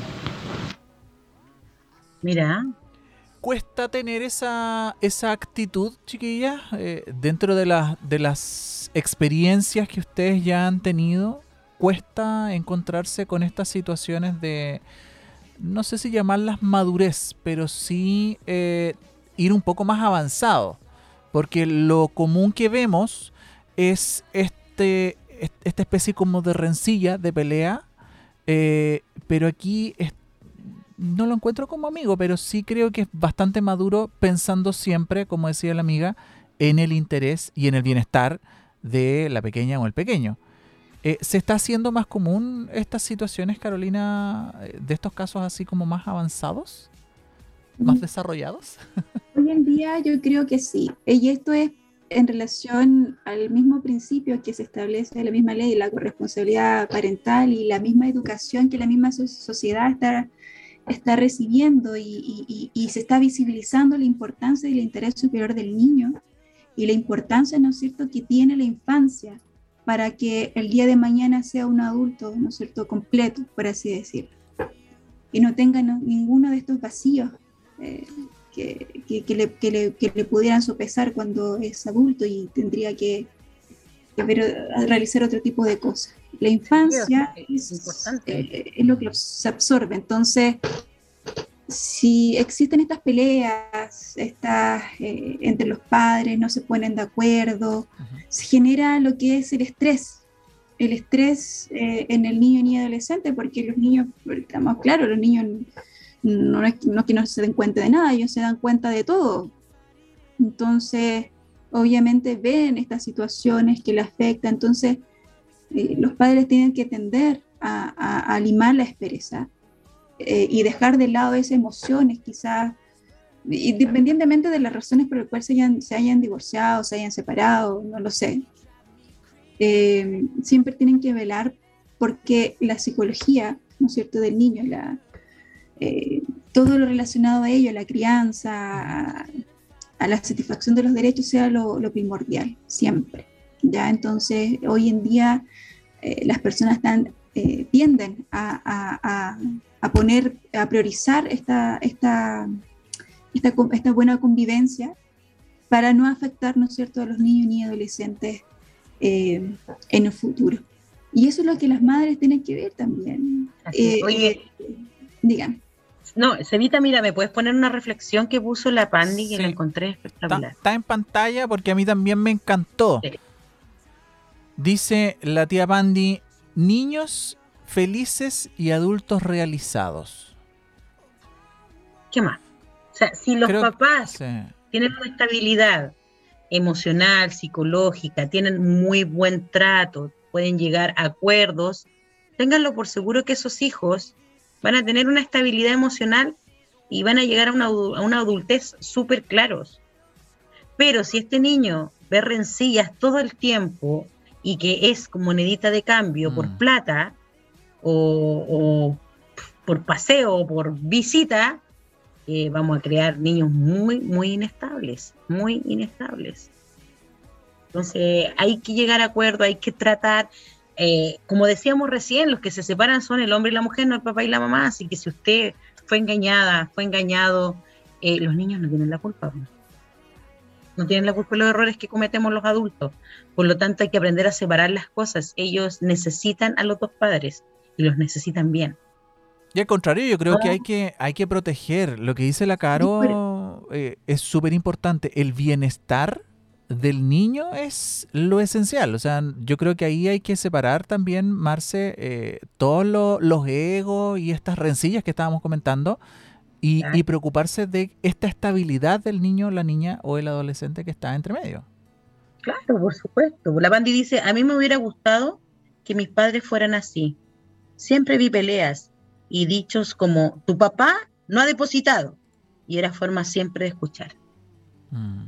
Mira. Cuesta tener esa, esa actitud, chiquillas, eh, dentro de, la, de las experiencias que ustedes ya han tenido. Cuesta encontrarse con estas situaciones de, no sé si llamarlas madurez, pero sí eh, ir un poco más avanzado. Porque lo común que vemos es este, esta especie como de rencilla, de pelea, eh, pero aquí es, no lo encuentro como amigo, pero sí creo que es bastante maduro, pensando siempre, como decía la amiga, en el interés y en el bienestar de la pequeña o el pequeño. Eh, ¿Se está haciendo más común estas situaciones, Carolina, de estos casos así como más avanzados, más desarrollados? Hoy en día yo creo que sí, y esto es en relación al mismo principio que se establece en la misma ley, la corresponsabilidad parental y la misma educación que la misma so- sociedad está está recibiendo y, y, y se está visibilizando la importancia y el interés superior del niño y la importancia, ¿no es cierto?, que tiene la infancia para que el día de mañana sea un adulto, ¿no es cierto?, completo, por así decirlo, y no tenga no, ninguno de estos vacíos eh, que, que, que, le, que, le, que le pudieran sopesar cuando es adulto y tendría que ver, a realizar otro tipo de cosas. La infancia es, importante. Eh, es lo que se absorbe. Entonces, si existen estas peleas estas, eh, entre los padres, no se ponen de acuerdo, uh-huh. se genera lo que es el estrés. El estrés eh, en el niño y niña adolescente, porque los niños, estamos claros, los niños no es, no es que no se den cuenta de nada, ellos se dan cuenta de todo. Entonces, obviamente ven estas situaciones que le afectan, entonces eh, los padres tienen que tender a, a, a limar la aspereza eh, y dejar de lado esas emociones, quizás, independientemente de las razones por las cuales se hayan, se hayan divorciado, se hayan separado, no lo sé. Eh, siempre tienen que velar porque la psicología, ¿no es cierto?, del niño, la, eh, todo lo relacionado a ello, la crianza, a, a la satisfacción de los derechos sea lo, lo primordial, siempre. ¿Ya? Entonces, hoy en día eh, las personas están, eh, tienden a, a, a, a poner, a priorizar esta, esta, esta, esta buena convivencia para no afectar, ¿no es cierto?, a los niños ni adolescentes Eh, en el futuro. Y eso es lo que las madres tienen que ver también. Eh, Oye, eh, digan. No, Cevita, mira, ¿me puedes poner una reflexión que puso la Pandi que sí. la encontré espectacular? Está, está en pantalla porque a mí también me encantó. Sí. Dice la tía Pandi, niños felices y adultos realizados. ¿Qué más? O sea, si los Creo, papás sí. tienen una estabilidad emocional, psicológica, tienen muy buen trato, pueden llegar a acuerdos, ténganlo por seguro que esos hijos van a tener una estabilidad emocional y van a llegar a una, a una adultez súper claros. Pero si este niño ve rencillas todo el tiempo y que es como monedita de cambio mm. por plata o, o por paseo o por visita, Eh, vamos a crear niños muy, muy inestables, muy inestables. Entonces hay que llegar a acuerdo, hay que tratar, eh, como decíamos recién, los que se separan son el hombre y la mujer, no el papá y la mamá, así que si usted fue engañada, fue engañado, eh, los niños no tienen la culpa, ¿no? no tienen la culpa de los errores que cometemos los adultos, por lo tanto hay que aprender a separar las cosas. Ellos necesitan a los dos padres y los necesitan bien. Y al contrario, yo creo que hay que hay que proteger. Lo que dice la Caro eh, es súper importante. El bienestar del niño es lo esencial. O sea, yo creo que ahí hay que separar también, Marce, eh, todos lo, los egos y estas rencillas que estábamos comentando y, y preocuparse de esta estabilidad del niño, la niña o el adolescente que está entre medio. Claro, por supuesto. La Pandi dice, a mí me hubiera gustado que mis padres fueran así. Siempre vi peleas y dichos como, tu papá no ha depositado. Y era forma siempre de escuchar. Mm.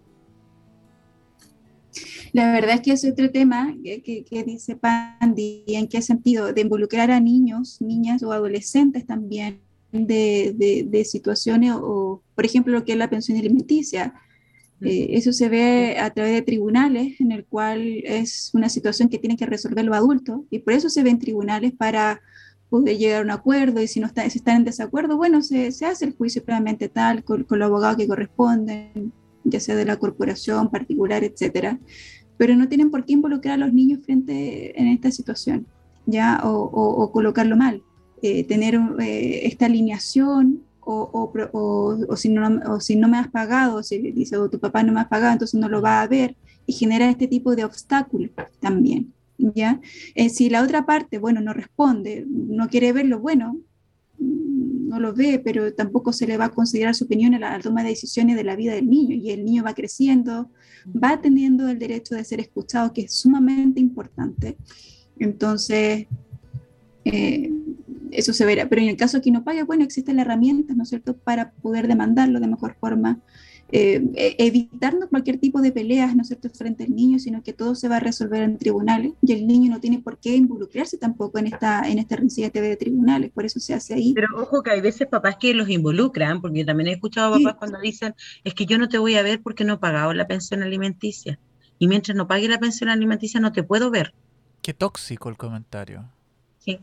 La verdad es que es otro tema que, que, que dice Pandi, ¿en qué sentido? De involucrar a niños, niñas o adolescentes también de, de, de situaciones, o por ejemplo lo que es la pensión alimenticia. Eh, eso se ve a través de tribunales, en el cual es una situación que tienen que resolver los adultos, y por eso se ven tribunales para poder llegar a un acuerdo, y si no está, si están en desacuerdo, bueno, se, se hace el juicio previamente tal, con, con los abogados que corresponden, ya sea de la corporación particular, etcétera, pero no tienen por qué involucrar a los niños frente en esta situación, ya, o, o, o colocarlo mal, eh, tener eh, esta alineación, o, o, o, o, si no, o si no me has pagado, si dice, o tu papá no me has pagado, entonces no lo va a ver, y genera este tipo de obstáculos también. ¿Ya? Eh, si la otra parte, bueno, no responde, no quiere verlo, bueno, no lo ve, pero tampoco se le va a considerar su opinión a la, a la toma de decisiones de la vida del niño, y el niño va creciendo, va teniendo el derecho de ser escuchado, que es sumamente importante. Entonces, eh, eso se verá, pero en el caso que no pague, bueno, existen las herramientas, ¿no es cierto?, para poder demandarlo de mejor forma. Eh, evitarnos cualquier tipo de peleas, ¿no es cierto?, frente al niño, sino que todo se va a resolver en tribunales, y el niño no tiene por qué involucrarse tampoco en esta en esta rencilla de tribunales, por eso se hace ahí. Pero ojo que hay veces papás que los involucran, porque yo también he escuchado a papás sí. cuando dicen, es que yo no te voy a ver porque no he pagado la pensión alimenticia, y mientras no pague la pensión alimenticia no te puedo ver. Qué tóxico el comentario. Sí.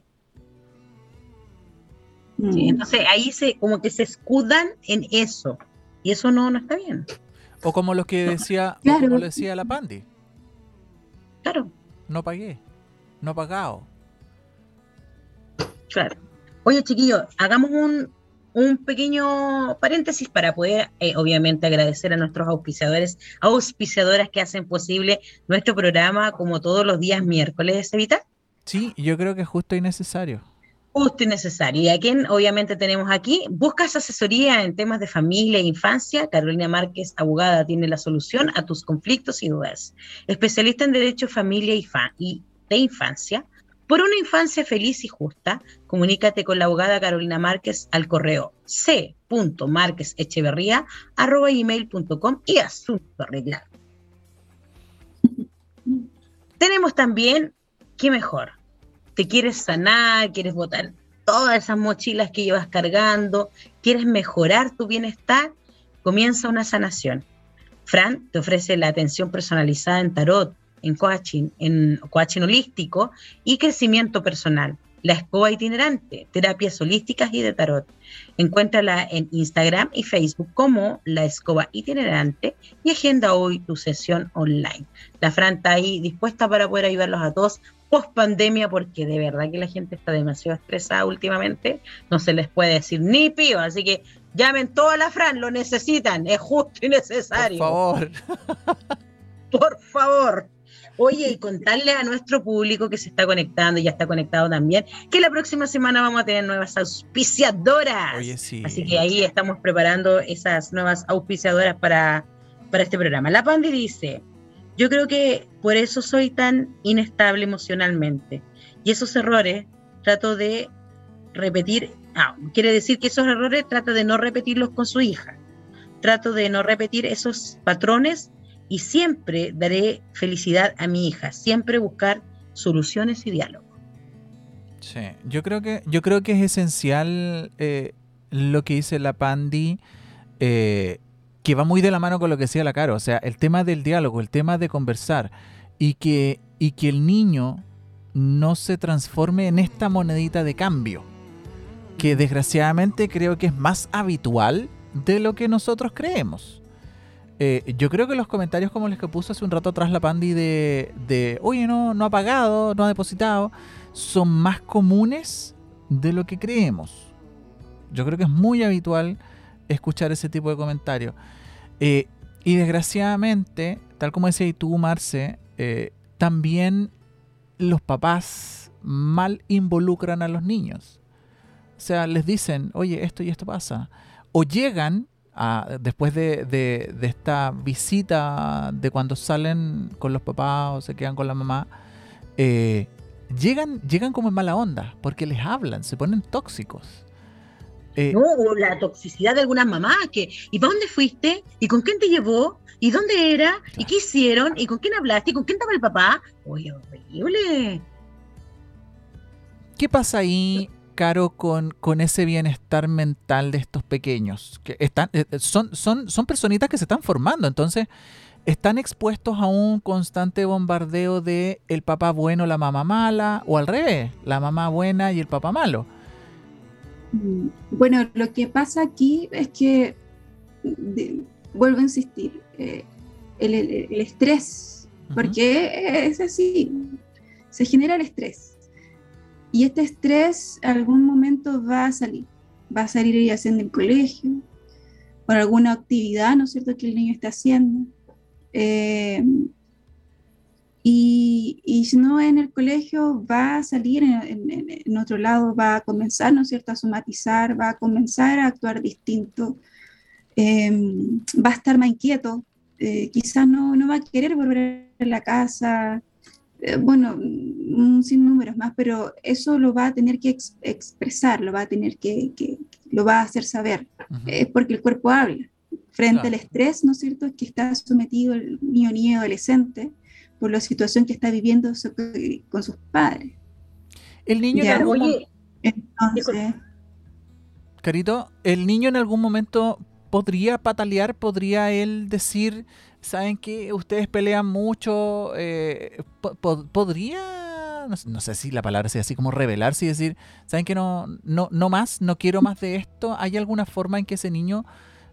Mm. Sí, entonces ahí se como que se escudan en eso. Y eso no, no está bien. O como lo que decía, claro. o como lo decía la Pandi. Claro. No pagué, no pagado. Claro. Oye, chiquillos, hagamos un, un pequeño paréntesis para poder, eh, obviamente, agradecer a nuestros auspiciadores, auspiciadoras que hacen posible nuestro programa como todos los días miércoles, Evita. Sí, yo creo que es justo y necesario. Justo y necesario. Y a quien obviamente tenemos aquí, buscas asesoría en temas de familia e infancia. Carolina Márquez, abogada, tiene la solución a tus conflictos y dudas. Especialista en derecho, familia y, fa y de infancia. Por una infancia feliz y justa, comunícate con la abogada Carolina Márquez al correo c punto márquez echeverría arroba gmail punto com y asunto arreglado. Tenemos también, ¿qué mejor? Te quieres sanar, quieres botar todas esas mochilas que llevas cargando, quieres mejorar tu bienestar, comienza una sanación. Fran te ofrece la atención personalizada en tarot, en coaching, en coaching holístico y crecimiento personal. La escoba itinerante, terapias holísticas y de tarot. Encuéntrala en Instagram y Facebook como La Escoba Itinerante y agenda hoy tu sesión online. La Fran está ahí dispuesta para poder ayudarlos a todos post pandemia, porque de verdad que la gente está demasiado estresada últimamente, no se les puede decir ni pío, así que llamen todos a la Fran, lo necesitan, es justo y necesario. Por favor. Por favor. Oye, y contarle a nuestro público que se está conectando, y ya está conectado también, que la próxima semana vamos a tener nuevas auspiciadoras. Oye, sí. Así que ahí estamos preparando esas nuevas auspiciadoras para, para este programa. La Pandi dice: yo creo que por eso soy tan inestable emocionalmente. Y esos errores trato de repetir, ah, quiere decir que esos errores trata de no repetirlos con su hija. Trato de no repetir esos patrones y siempre daré felicidad a mi hija. Siempre buscar soluciones y diálogo. Sí, yo creo que, yo creo que es esencial eh, lo que dice la Pandi, eh, que va muy de la mano con lo que decía la Caro, o sea, el tema del diálogo, el tema de conversar, y que, y que el niño no se transforme en esta monedita de cambio, que desgraciadamente creo que es más habitual de lo que nosotros creemos. Eh, yo creo que los comentarios como los que puso hace un rato atrás la Pandi de, de oye, no, no ha pagado, no ha depositado, son más comunes de lo que creemos. Yo creo que es muy habitual escuchar ese tipo de comentarios. Eh, y desgraciadamente, tal como decías tú, Marce, eh, también los papás mal involucran a los niños. O sea, les dicen, oye, esto y esto pasa. O llegan, a, después de, de, de esta visita de cuando salen con los papás o se quedan con la mamá, eh, llegan, llegan como en mala onda, porque les hablan, se ponen tóxicos. Eh, no, o la toxicidad de algunas mamás, que ¿y para dónde fuiste? ¿Y con quién te llevó? ¿Y dónde era? Claro. ¿Y qué hicieron? ¿Y con quién hablaste? ¿Y con quién estaba el papá? Oye, horrible. ¿Qué pasa ahí, Caro, con, con ese bienestar mental de estos pequeños? Que están, son, son, son personitas que se están formando, entonces están expuestos a un constante bombardeo de el papá bueno, la mamá mala, o al revés, la mamá buena y el papá malo. Bueno, lo que pasa aquí es que, de, vuelvo a insistir, eh, el, el, el estrés, uh-huh. porque es así, se genera el estrés. Y este estrés en algún momento va a salir, va a salir ya sea en el colegio, por alguna actividad, ¿no es cierto?, que el niño está haciendo. Eh, y, y si no en el colegio, va a salir en, en, en otro lado, va a comenzar, ¿no es cierto?, a somatizar, va a comenzar a actuar distinto, eh, va a estar más inquieto, eh, quizás no, no va a querer volver a la casa, eh, bueno, sin números más, pero eso lo va a tener que ex, expresar, lo va a tener que, que lo va a hacer saber, uh-huh. eh, porque el cuerpo habla. Frente claro. al estrés, ¿no es cierto?, es que está sometido el niño niño adolescente por la situación que está viviendo con sus padres. El niño ya, en algún oye, entonces, Carito, el niño en algún momento podría patalear, podría él decir, ¿saben qué? Ustedes pelean mucho, eh, po- po- podría, no sé, no sé si la palabra sea así como rebelarse y decir, ¿saben qué? No, no, no más, no quiero más de esto. ¿Hay alguna forma en que ese niño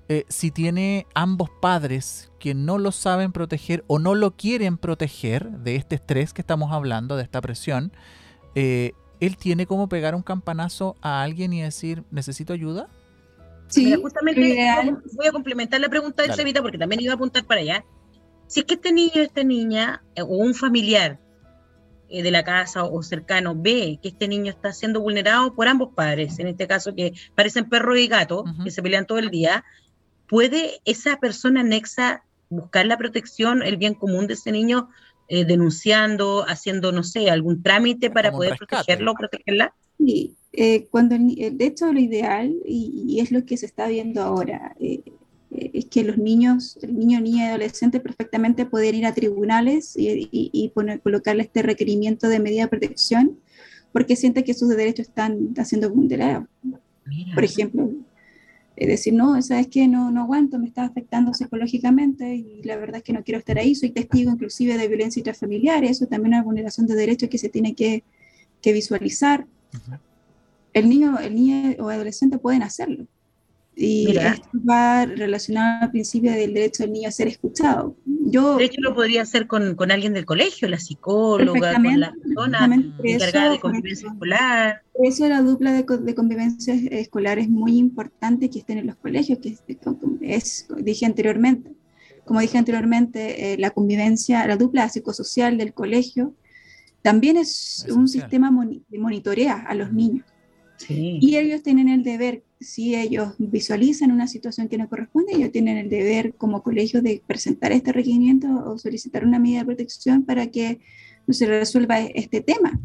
eh, si tiene ambos padres que no lo saben proteger o no lo quieren proteger de este estrés que estamos hablando, de esta presión, eh, ¿él tiene como pegar un campanazo a alguien y decir, necesito ayuda? Sí, mira, justamente ideal. Voy a complementar la pregunta de Cevita porque también iba a apuntar para allá. Si es que este niño, esta niña, eh, o un familiar eh, de la casa o, o cercano ve que este niño está siendo vulnerado por ambos padres, en este caso que parecen perro y gato, uh-huh. que se pelean todo el día, ¿puede esa persona anexa buscar la protección, el bien común de ese niño, eh, denunciando, haciendo, no sé, algún trámite para poder protegerlo o protegerla? Sí, eh, cuando el, de hecho lo ideal, y, y es lo que se está viendo ahora, eh, eh, es que los niños, el niño, niña y adolescente perfectamente pueden ir a tribunales y, y, y poner, colocarle este requerimiento de medida de protección porque siente que sus derechos están, están siendo vulnerados. Mira. Por ejemplo, es decir, no, ¿sabes qué? No, no aguanto, me está afectando psicológicamente y la verdad es que no quiero estar ahí, soy testigo inclusive de violencia intrafamiliar, eso también es una vulneración de derechos que se tiene que, que visualizar. Uh-huh. El niño, el niño o adolescente pueden hacerlo. Y Mira. Esto va relacionado al principio del derecho del niño a ser escuchado. Yo, de hecho, lo podría hacer con, con alguien del colegio, la psicóloga, con la persona encargada de convivencia eso, escolar. Por eso la dupla de, de convivencia escolar es muy importante que estén en los colegios, que es, es dije anteriormente, como dije anteriormente, eh, la convivencia, la dupla psicosocial del colegio también es Esencial. Un sistema moni- de monitorea a los niños. Sí. Y ellos tienen el deber, si ellos visualizan una situación que no corresponde, ellos tienen el deber como colegio de presentar este requerimiento o solicitar una medida de protección para que no se resuelva este tema.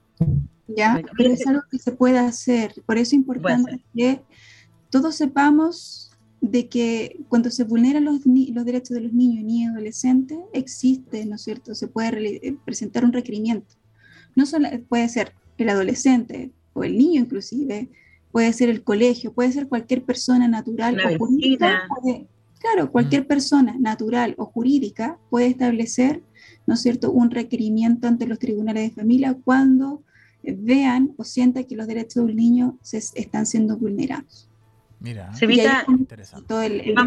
¿Ya? Pero es algo que se puede hacer. Por eso es importante que todos sepamos de que cuando se vulneran los, ni- los derechos de los niños, niñas y adolescentes, existe, ¿no es cierto? Se puede re- presentar un requerimiento. No solo puede ser el adolescente o el niño inclusive, puede ser el colegio, puede ser cualquier persona natural Una o jurídica. Puede, claro, cualquier mm. persona natural o jurídica puede establecer, ¿no es cierto?, un requerimiento ante los tribunales de familia cuando vean o sientan que los derechos del niño se están siendo vulnerados. Mira, se evita todo el, el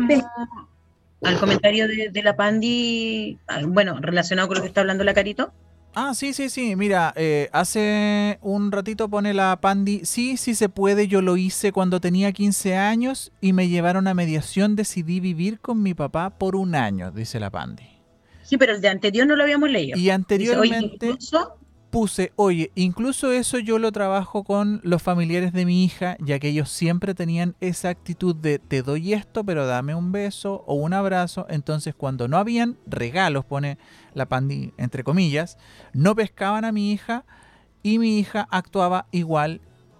al comentario de, de la Pandi, bueno, relacionado con lo que está hablando la Carito. Ah, sí, sí, sí. Mira, eh, hace un ratito pone la Pandi, sí, sí se puede, yo lo hice cuando tenía quince años y me llevaron a mediación, decidí vivir con mi papá por un año, dice la Pandi. Sí, pero el de anterior no lo habíamos leído. Y anteriormente dice, oye, incluso... puse, oye, incluso eso yo lo trabajo con los familiares de mi hija, ya que ellos siempre tenían esa actitud de te doy esto, pero dame un beso o un abrazo. Entonces, cuando no habían regalos, pone la Pandi entre comillas, no pescaban a mi hija y mi hija actuaba igual.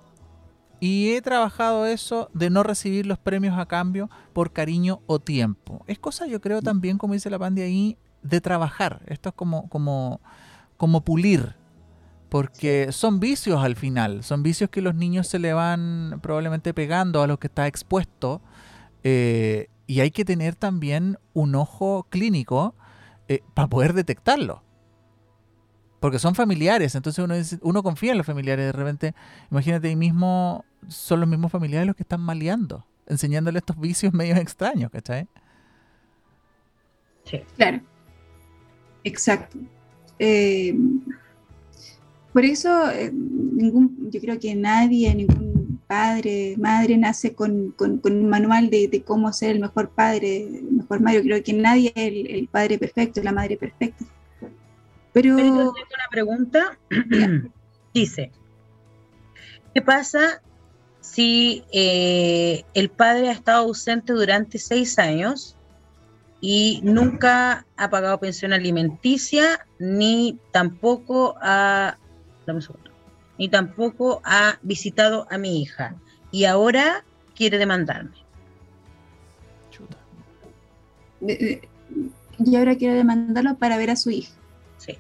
Y he trabajado eso de no recibir los premios a cambio por cariño o tiempo. Es cosa, yo creo, también, como dice la Pandi ahí, de trabajar. Esto es como, como, como pulir. Porque son vicios al final, son vicios que los niños se le van probablemente pegando a los que está expuesto, eh, y hay que tener también un ojo clínico eh, para poder detectarlo. Porque son familiares, entonces uno, dice, uno confía en los familiares de repente. Imagínate, ahí mismo son los mismos familiares los que están maleando, enseñándole estos vicios medios extraños, ¿cachai? Sí. Claro, exacto. Eh... Por eso, eh, ningún, yo creo que nadie, ningún padre, madre nace con, con, con un manual de, de cómo ser el mejor padre, el mejor madre. Yo creo que nadie es el, el padre perfecto, la madre perfecta. Pero... Pero tengo una pregunta. Dice, ¿qué pasa si eh, el padre ha estado ausente durante seis años y nunca ha pagado pensión alimenticia, ni tampoco ha... Dame un segundo. Ni tampoco ha visitado a mi hija y ahora quiere demandarme? Chuta. Y ahora quiere demandarlo para ver a su hija. Sí.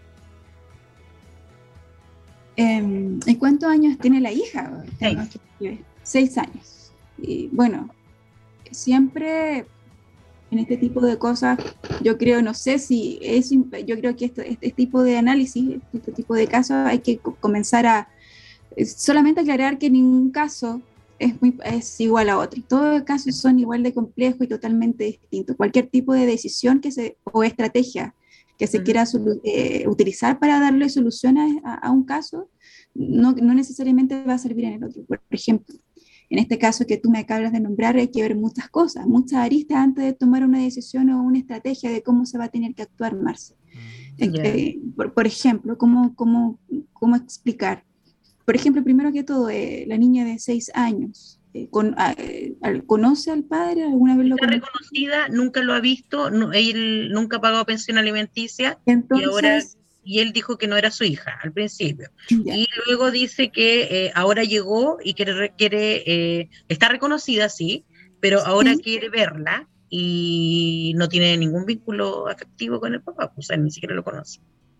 Eh, ¿Y cuántos años tiene la hija? Seis. Seis años. Y bueno, siempre en este tipo de cosas, yo creo, no sé si es, yo creo que esto, este tipo de análisis, este tipo de casos, hay que comenzar a solamente aclarar que en ningún caso es, muy, es igual a otra. Todos los casos son igual de complejos y totalmente distintos. Cualquier tipo de decisión que se, o estrategia que se uh-huh. quiera eh, utilizar para darle soluciones a, a un caso, no, no necesariamente va a servir en el otro. Por ejemplo, en este caso que tú me acabas de nombrar, hay que ver muchas cosas, muchas aristas antes de tomar una decisión o una estrategia de cómo se va a tener que actuar, Marce. Yeah. Eh, por, por ejemplo, ¿cómo, cómo, cómo explicar? Por ejemplo, primero que todo, eh, la niña de seis años, eh, con, eh, ¿conoce al padre? ¿Alguna vez lo Está conoce? reconocida, nunca lo ha visto, no, él nunca ha pagado pensión alimenticia. Entonces, y ahora... y él dijo que no era su hija al principio. Ya. Y luego dice que eh, ahora llegó y quiere, quiere eh, está reconocida, sí, pero sí. ahora quiere verla y no tiene ningún vínculo afectivo con el papá, o sea, ni siquiera lo conoce.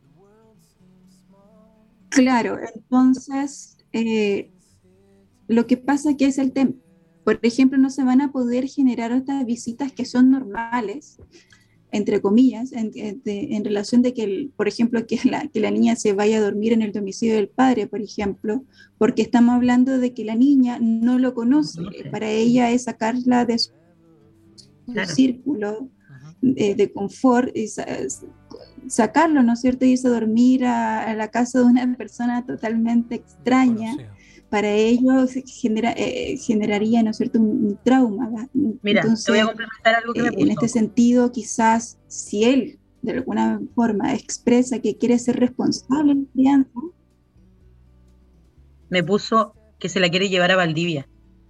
Claro, entonces, eh, lo que pasa que es el tema, por ejemplo, no se van a poder generar estas visitas que son normales, entre comillas, en, en, en relación de que, el, por ejemplo, que la, que la niña se vaya a dormir en el domicilio del padre, por ejemplo, porque estamos hablando de que la niña no lo conoce. Okay. Para ella es sacarla de su, claro. su círculo uh-huh. eh, de confort, y sa sacarlo, ¿no es cierto?, y irse a dormir a, a la casa de una persona totalmente extraña. Bueno, sí. Para ellos genera, eh, generaría, ¿no es cierto?, un, un trauma. ¿verdad? Mira, Entonces, te voy a complementar algo que eh, me puso. En este sentido, quizás, si él de alguna forma expresa que quiere ser responsable en la crianza. Me puso que se la quiere llevar a Valdivia.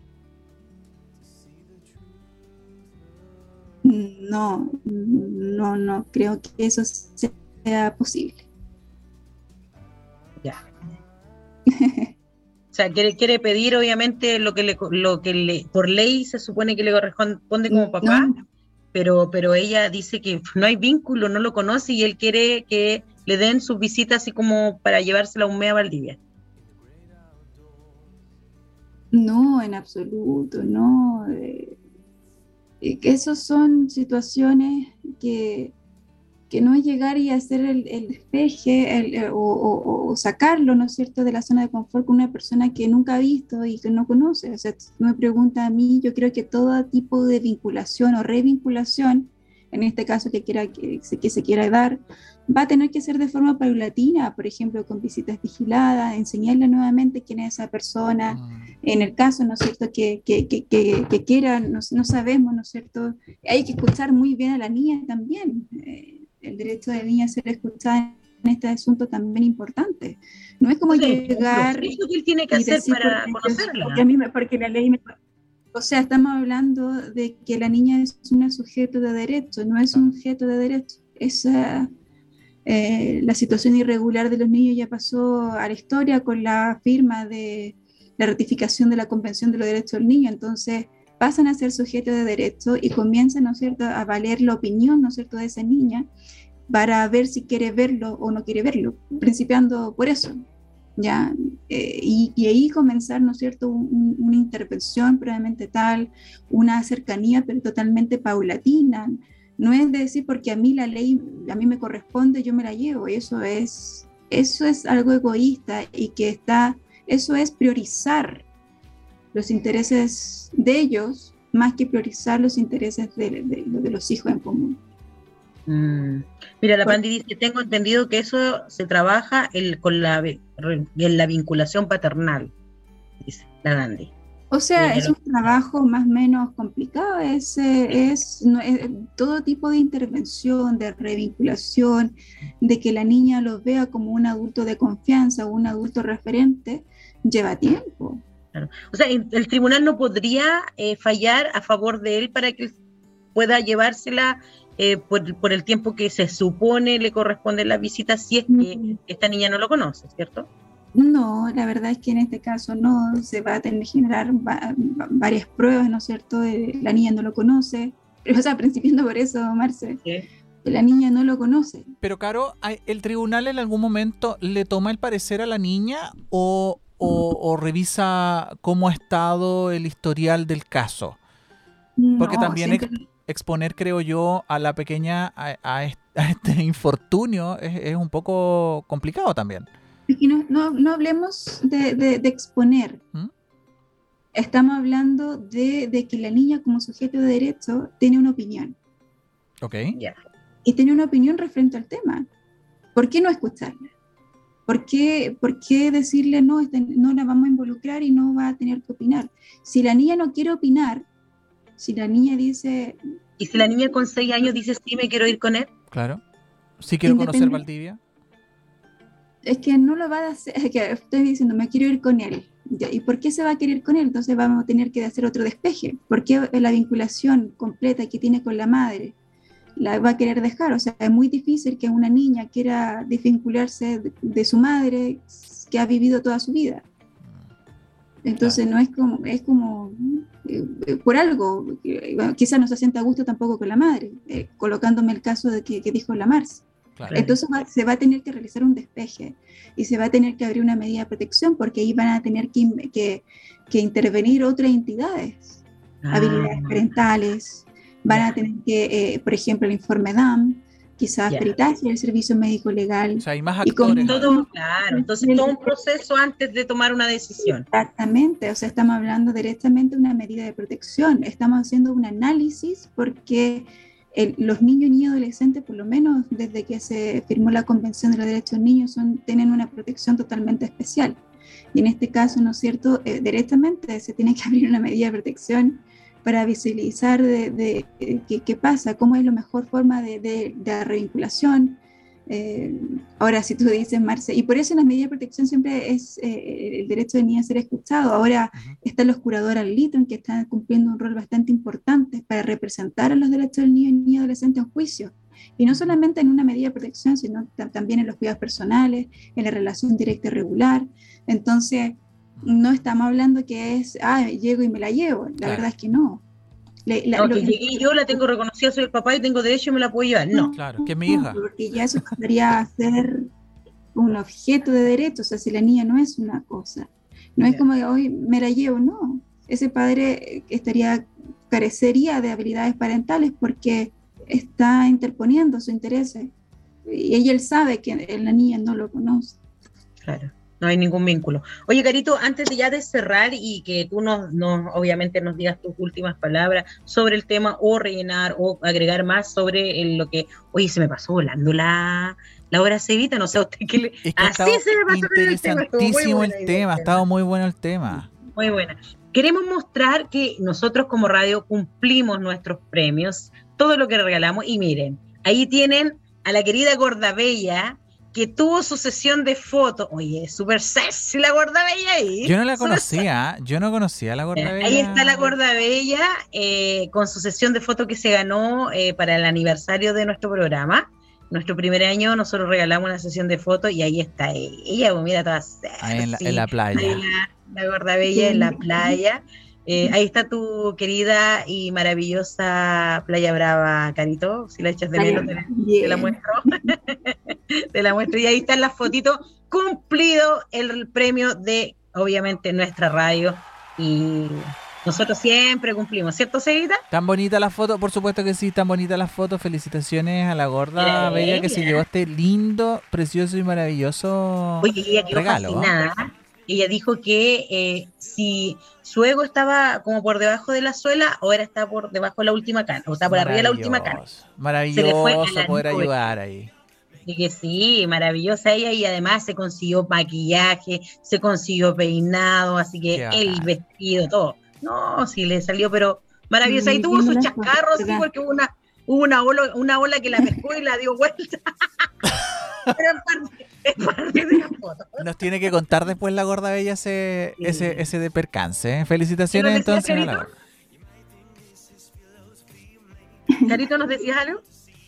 No, no, no creo que eso sea posible. Ya. O sea, quiere, quiere pedir obviamente lo que le, lo que le, por ley se supone que le corresponde como papá, no. pero, pero ella dice que no hay vínculo, no lo conoce y él quiere que le den sus visitas así como para llevársela un mes a Valdivia. No, en absoluto, no. Eh, esas son situaciones que, que no es llegar y hacer el, el despeje el, el, o, o, o sacarlo, ¿no es cierto?, de la zona de confort con una persona que nunca ha visto y que no conoce. O sea, si me pregunta a mí, yo creo que todo tipo de vinculación o revinculación, en este caso que, quiera, que, que se quiera dar, va a tener que ser de forma paulatina, por ejemplo, con visitas vigiladas, enseñarle nuevamente quién es esa persona. En el caso, ¿no es cierto?, que, que, que, que, que quieran, no, no sabemos, ¿no es cierto?, hay que escuchar muy bien a la niña también. Eh, el derecho de la niña a ser escuchada en este asunto también importante. No es como sí, llegar ¿qué es lo que él tiene que hacer para conocerla? Porque, a mí me, porque la ley me... O sea, estamos hablando de que la niña es un sujeto de derecho, no es un sujeto de derecho. Esa, eh, la situación irregular de los niños ya pasó a la historia con la firma de la ratificación de la Convención de los Derechos del Niño. Entonces pasan a ser sujetos de derecho y comienzan, ¿no es cierto?, a valer la opinión, ¿no es cierto?, de esa niña para ver si quiere verlo o no quiere verlo, principiando por eso, ¿ya? Eh, y, y ahí comenzar, ¿no es cierto?, un, una intervención probablemente tal, una cercanía, pero totalmente paulatina. No es decir, porque a mí la ley, a mí me corresponde, yo me la llevo, y eso es, eso es algo egoísta y que está, eso es priorizar los intereses de ellos más que priorizar los intereses de, de, de los hijos en común. Mm. Mira, la Pandi dice, tengo entendido que eso se trabaja el, con la, en la vinculación paternal, dice la Gandhi. O sea, es un trabajo más o menos complicado, es, es, no, es todo tipo de intervención, de revinculación, de que la niña lo vea como un adulto de confianza o un adulto referente, lleva tiempo. Claro. O sea, el tribunal no podría eh, fallar a favor de él para que pueda llevársela eh, por, por el tiempo que se supone le corresponde la visita, si es que mm. esta niña no lo conoce, ¿cierto? No, la verdad es que en este caso no, se va a tener que generar va, va, varias pruebas, ¿no es cierto? Eh, la niña no lo conoce, o sea, principiando por eso, Marce, ¿sí? La niña no lo conoce. Pero, Caro, ¿el tribunal en algún momento le toma el parecer a la niña o, o, o revisa cómo ha estado el historial del caso? Porque no, también siempre... ex, exponer, creo yo, a la pequeña a, a, este, a este infortunio es, es un poco complicado también. Es que no, no, no hablemos de, de, de exponer. ¿Mm? estamos hablando de, de que la niña como sujeto de derecho tiene una opinión. Ok. Ya. Y tiene una opinión referente al tema. ¿Por qué no escucharla? ¿Por qué, por qué decirle no, no la vamos a involucrar y no va a tener que opinar? Si la niña no quiere opinar, si la niña dice... ¿Y si la niña con seis años dice sí, me quiero ir con él? Claro. Si quiero conocer Independe- Valdivia. Es que no lo va a hacer, es que estoy diciendo, me quiero ir con él. Ya, ¿y por qué se va a querer ir con él? Entonces vamos a tener que hacer otro despeje. ¿Por qué la vinculación completa que tiene con la madre la va a querer dejar? O sea, es muy difícil que una niña quiera desvincularse de, de su madre que ha vivido toda su vida. Entonces no es como, es como eh, por algo, eh, bueno, quizás no se sienta a gusto tampoco con la madre, eh, colocándome el caso de que, que dijo la Marce. Claro. Entonces va, se va a tener que realizar un despeje y se va a tener que abrir una medida de protección porque ahí van a tener que, que, que intervenir otras entidades, Ah. habilidades parentales, van Ya. a tener que, eh, por ejemplo, el informe D A M, quizás Ya. peritaje del servicio médico legal. O sea, hay más Y con actores. Todo, claro, entonces todo un proceso antes de tomar una decisión. Exactamente, o sea, estamos hablando directamente de una medida de protección, estamos haciendo un análisis porque el, los niños y niñas adolescentes, por lo menos desde que se firmó la Convención de los Derechos del Niño, son, tienen una protección totalmente especial. Y en este caso, ¿no es cierto?, eh, directamente se tiene que abrir una medida de protección para visibilizar de, de, de qué, qué pasa, cómo es la mejor forma de, de, de revinculación. Eh, ahora, si tú dices, Marce, y por eso en las medidas de protección siempre es eh, el derecho de niña a ser escuchado. Ahora uh-huh. están los curadores al litro, que están cumpliendo un rol bastante importante para representar a los derechos del niño y niña adolescente en juicio. Y no solamente en una medida de protección, sino t- también en los cuidados personales, en la relación directa y regular. Entonces, no estamos hablando que es, ah, llego y me la llevo. La claro. verdad es que no. Le, la, no, lo, que llegué yo, la tengo reconocida, soy el papá y tengo derecho y me la puedo llevar. No. Claro, que es mi hija. Porque ya eso podría ser un objeto de derecho. O sea, si la niña no es una cosa. No yeah. es como que hoy me la llevo, no. Ese padre estaría, carecería de habilidades parentales porque está interponiendo su interés. Y ella él sabe que la niña no lo conoce. Claro. No hay ningún vínculo. Oye, Carito, antes de ya de cerrar y que tú nos, nos, obviamente nos digas tus últimas palabras sobre el tema o rellenar o agregar más sobre el, lo que, oye, se me pasó volando la, la hora cevita, no sé a usted qué le... Es que así se me pasó interesantísimo el tema, ha estado muy bueno el tema. Muy buena. Queremos mostrar que nosotros como radio cumplimos nuestros premios, todo lo que regalamos, y miren, ahí tienen a la querida Gordabella, que tuvo su sesión de fotos. Oye, súper sexy la Gordabella ahí. Yo no la conocía, yo no conocía a la Gordabella. Ahí está la Gordabella eh, con su sesión de fotos que se ganó eh, para el aniversario de nuestro programa. Nuestro primer año nosotros regalamos una sesión de fotos y ahí está ella, pues mira, toda sexy. Ahí en la, en la playa. Ahí la, la Gordabella en la playa. Eh, ahí está tu querida y maravillosa Playa Brava, Carito. Si la echas de menos, te, te la muestro. Te la muestro. Y ahí están las fotitos. Cumplido el premio de, obviamente, nuestra radio. Y nosotros siempre cumplimos, ¿cierto, Cevita? Tan bonita la foto, por supuesto que sí, tan bonita la foto. Felicitaciones a la gorda bella que se llevó este lindo, precioso y maravilloso Oye, ella quedó regalo. Fascinada. ¿eh? Ella dijo que eh, si su ego estaba como por debajo de la suela, ahora está por debajo de la última cana, o sea, por arriba de la última cana. Maravilloso poder ayudar ahí. Así que sí, maravillosa ella, y además se consiguió maquillaje, se consiguió peinado, así que el vestido, todo. No, sí le salió, pero maravillosa. Y tuvo sus chascarros, sí, porque hubo una, hubo una ola, una ola que la pescó y la dio vuelta. Pero en parte, en parte de la foto. Nos tiene que contar después la gorda bella ese, sí. ese, ese de percance. Felicitaciones entonces a la gorda. Carito, ¿nos decías algo?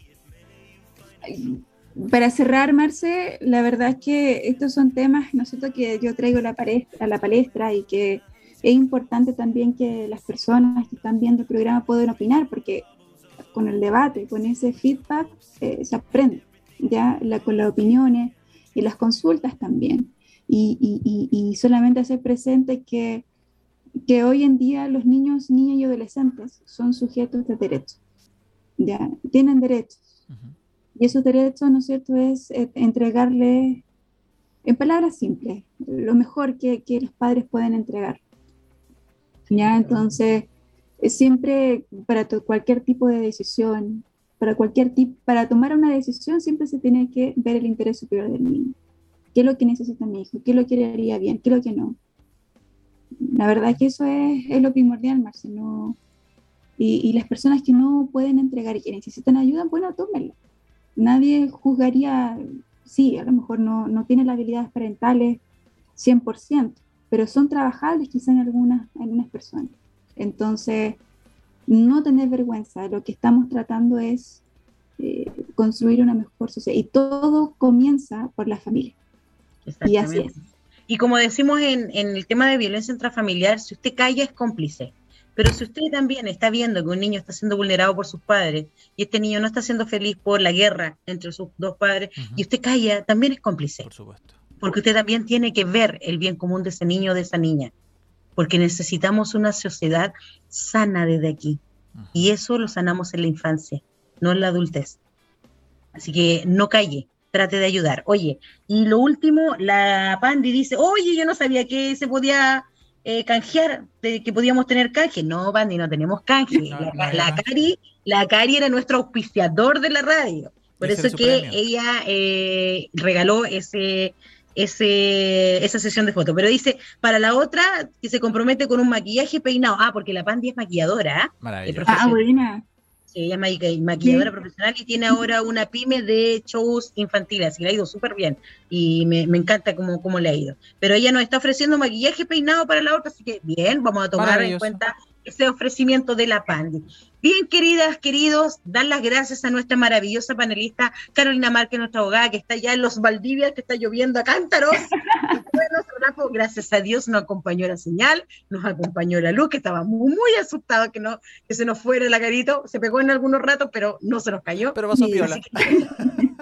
Para cerrar, Marce, la verdad es que estos son temas, nosotros que yo traigo a la, palestra, a la palestra y que es importante también que las personas que están viendo el programa puedan opinar, porque con el debate, con ese feedback, eh, se aprende, ya la, con las opiniones y las consultas también. Y, y, y, y solamente hacer presente que, que hoy en día los niños, niñas y adolescentes son sujetos de derechos, ya tienen derechos. Uh-huh. Y esos derechos, ¿no es cierto?, es eh, entregarles, en palabras simples, lo mejor que, que los padres pueden entregar. ¿ya? Entonces, eh, siempre para to- cualquier tipo de decisión, para cualquier tipo, para tomar una decisión siempre se tiene que ver el interés superior del niño. ¿Qué es lo que necesita mi hijo? ¿Qué es lo que le haría bien? ¿Qué es lo que no? La verdad que eso es, es lo primordial, Marce, no. Y, y las personas que no pueden entregar y que necesitan ayuda, bueno, tómenla. Nadie juzgaría, sí, a lo mejor no, no tiene las habilidades parentales cien por ciento, pero son trabajables quizá en algunas, en algunas personas. Entonces, no tener vergüenza, lo que estamos tratando es eh, construir una mejor sociedad. Y todo comienza por la familia. Y así Exactamente. es. Y como decimos en, en el tema de violencia intrafamiliar, si usted calla es cómplice. Pero si usted también está viendo que un niño está siendo vulnerado por sus padres y este niño no está siendo feliz por la guerra entre sus dos padres, Ujú. y usted calla, también es cómplice. Por supuesto. Porque usted también tiene que ver el bien común de ese niño o de esa niña. Porque necesitamos una sociedad sana desde aquí. Ujú. Y eso lo sanamos en la infancia, no en la adultez. Así que no calle, trate de ayudar. Oye, y lo último, la Pandi dice, oye, yo no sabía que se podía eh, canjear, de, que podíamos tener canje. No, Pandi, no tenemos canje. No, La, no hay la canje. Cari, la Cari era nuestro auspiciador de la radio. Por Ese eso era su que premio. ella eh, regaló ese, ese, esa sesión de fotos. Pero dice, para la otra, que se compromete con un maquillaje peinado. Ah, porque la Pandi es maquilladora, ¿eh? Maravilloso. Ah, buena. Sí, ella es maqui- maquilladora Sí. profesional y tiene ahora una pyme de shows infantiles, así que le ha ido súper bien y me, me encanta cómo, cómo le ha ido. Pero ella nos está ofreciendo maquillaje peinado para la otra, así que bien, vamos a tomar en Maravilloso. cuenta ese ofrecimiento de la Pandi. Bien, queridas, queridos, dar las gracias a nuestra maravillosa panelista Carolina Márquez, nuestra abogada, que está ya en los Valdivias, que está lloviendo a cántaros. Y todo nuestro trabajo, gracias a Dios, nos acompañó la señal, nos acompañó la luz, que estaba muy, muy asustado que, no, que se nos fuera la carito. Se pegó en algunos ratos, pero no se nos cayó. Pero pasó Sí, piola. Así que,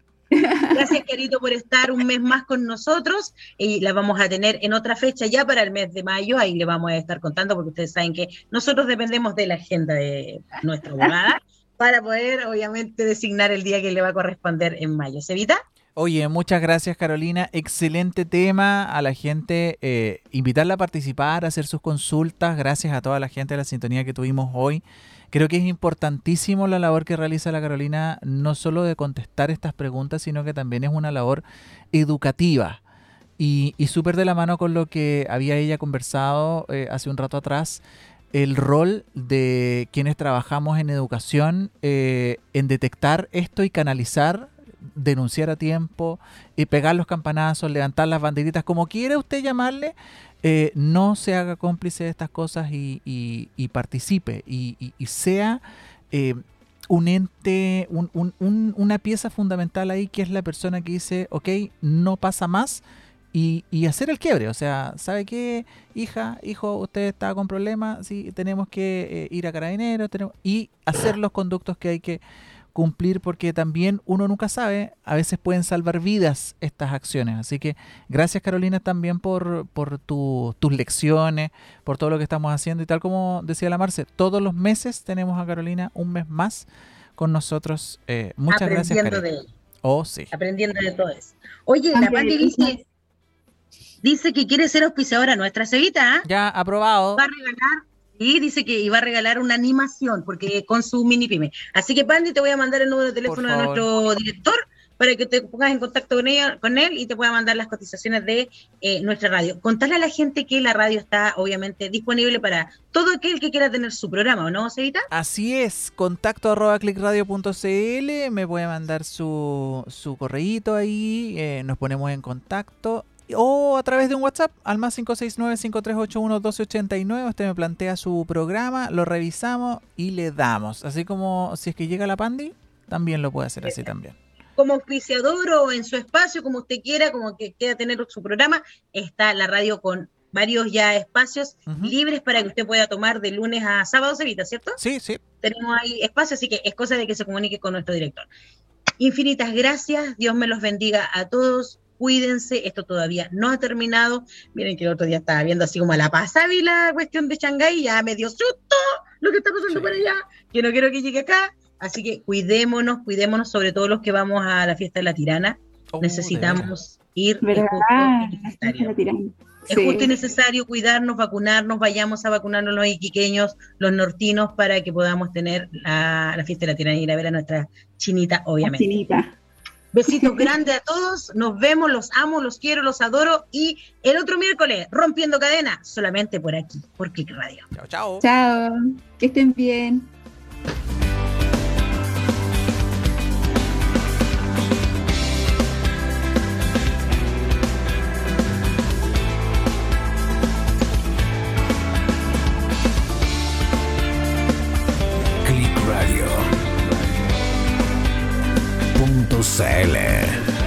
gracias, Carito, por estar un mes más con nosotros. Y la vamos a tener en otra fecha ya para el mes de mayo. Ahí le vamos a estar contando, porque ustedes saben que nosotros dependemos de la agenda de nuestra abogada para poder, obviamente, designar el día que le va a corresponder en mayo. ¿Sevita? Oye, muchas gracias, Carolina. Excelente tema. A la gente, eh, invitarla a participar, a hacer sus consultas. Gracias a toda la gente de la sintonía que tuvimos hoy. Creo que es importantísimo la labor que realiza la Carolina, no solo de contestar estas preguntas, sino que también es una labor educativa. Y, y súper de la mano con lo que había ella conversado eh, hace un rato atrás, el rol de quienes trabajamos en educación, eh, en detectar esto y canalizar, denunciar a tiempo, y pegar los campanazos, levantar las banderitas, como quiera usted llamarle. Eh, no se haga cómplice de estas cosas y, y, y participe y, y, y sea eh, un ente, un, un, un, una pieza fundamental ahí, que es la persona que dice, ok, no pasa más, y, y hacer el quiebre. O sea, ¿sabe qué, hija, hijo, usted está con problemas? Sí, tenemos que eh, ir a Carabineros, tenemos, y hacer los conductos que hay que cumplir, porque también uno nunca sabe, a veces pueden salvar vidas estas acciones. Así que gracias, Carolina, también por, por tu, tus lecciones, por todo lo que estamos haciendo, y tal como decía la Marce, todos los meses tenemos a Carolina un mes más con nosotros. Eh, muchas gracias, Aprendiendo Carolina. de ella, Oh, sí. aprendiendo de todo eso. Oye, la Aunque Pati dice, dice que quiere ser auspiciadora nuestra, Sevita, ¿eh? Ya aprobado. Va a regalar, y dice que iba a regalar una animación, porque con su mini pyme. Así que, Pandi, te voy a mandar el número de teléfono de favor. nuestro director para que te pongas en contacto con ella, con él, y te pueda mandar las cotizaciones de eh, nuestra radio. Contarle a la gente que la radio está, obviamente, disponible para todo aquel que quiera tener su programa, ¿o no, Sevita? Así es, contacto arroba clickradio punto cl, me puede mandar su, su correíto ahí, eh, nos ponemos en contacto, o a través de un WhatsApp al más cinco seis nueve, cinco tres ocho uno, uno dos ocho nueve. Usted me plantea su programa, lo revisamos y le damos. Así como si es que llega la Pandi, también lo puede hacer así también. Como auspiciador o en su espacio, como usted quiera, como que quiera tener su programa, está la radio con varios ya espacios Ujú. libres para que usted pueda tomar de lunes a sábado, Sevita, ¿cierto? Sí, sí. Tenemos ahí espacio, así que es cosa de que se comunique con nuestro director. Infinitas gracias, Dios me los bendiga a todos, cuídense, esto todavía no ha terminado. Miren que el otro día estaba viendo así como a la pasada y la cuestión de Shanghái, ya me dio susto lo que está pasando Sí. por allá, que no quiero que llegue acá, así que cuidémonos, cuidémonos, sobre todo los que vamos a la fiesta de la Tirana. Oh, necesitamos ir, ¿verdad? es justo y La necesario. fiesta de la tiranía. Es Sí. justo y necesario cuidarnos, vacunarnos, vayamos a vacunarnos los iquiqueños, los nortinos, para que podamos tener la, la fiesta de la tiranía y ir a ver a nuestra chinita, La obviamente. chinita. Besitos grandes a todos, nos vemos, los amo, los quiero, los adoro, y el otro miércoles, Rompiendo Cadena, solamente por aquí, por Click Radio. Chao, chao. Chao. Que estén bien. click radio punto c l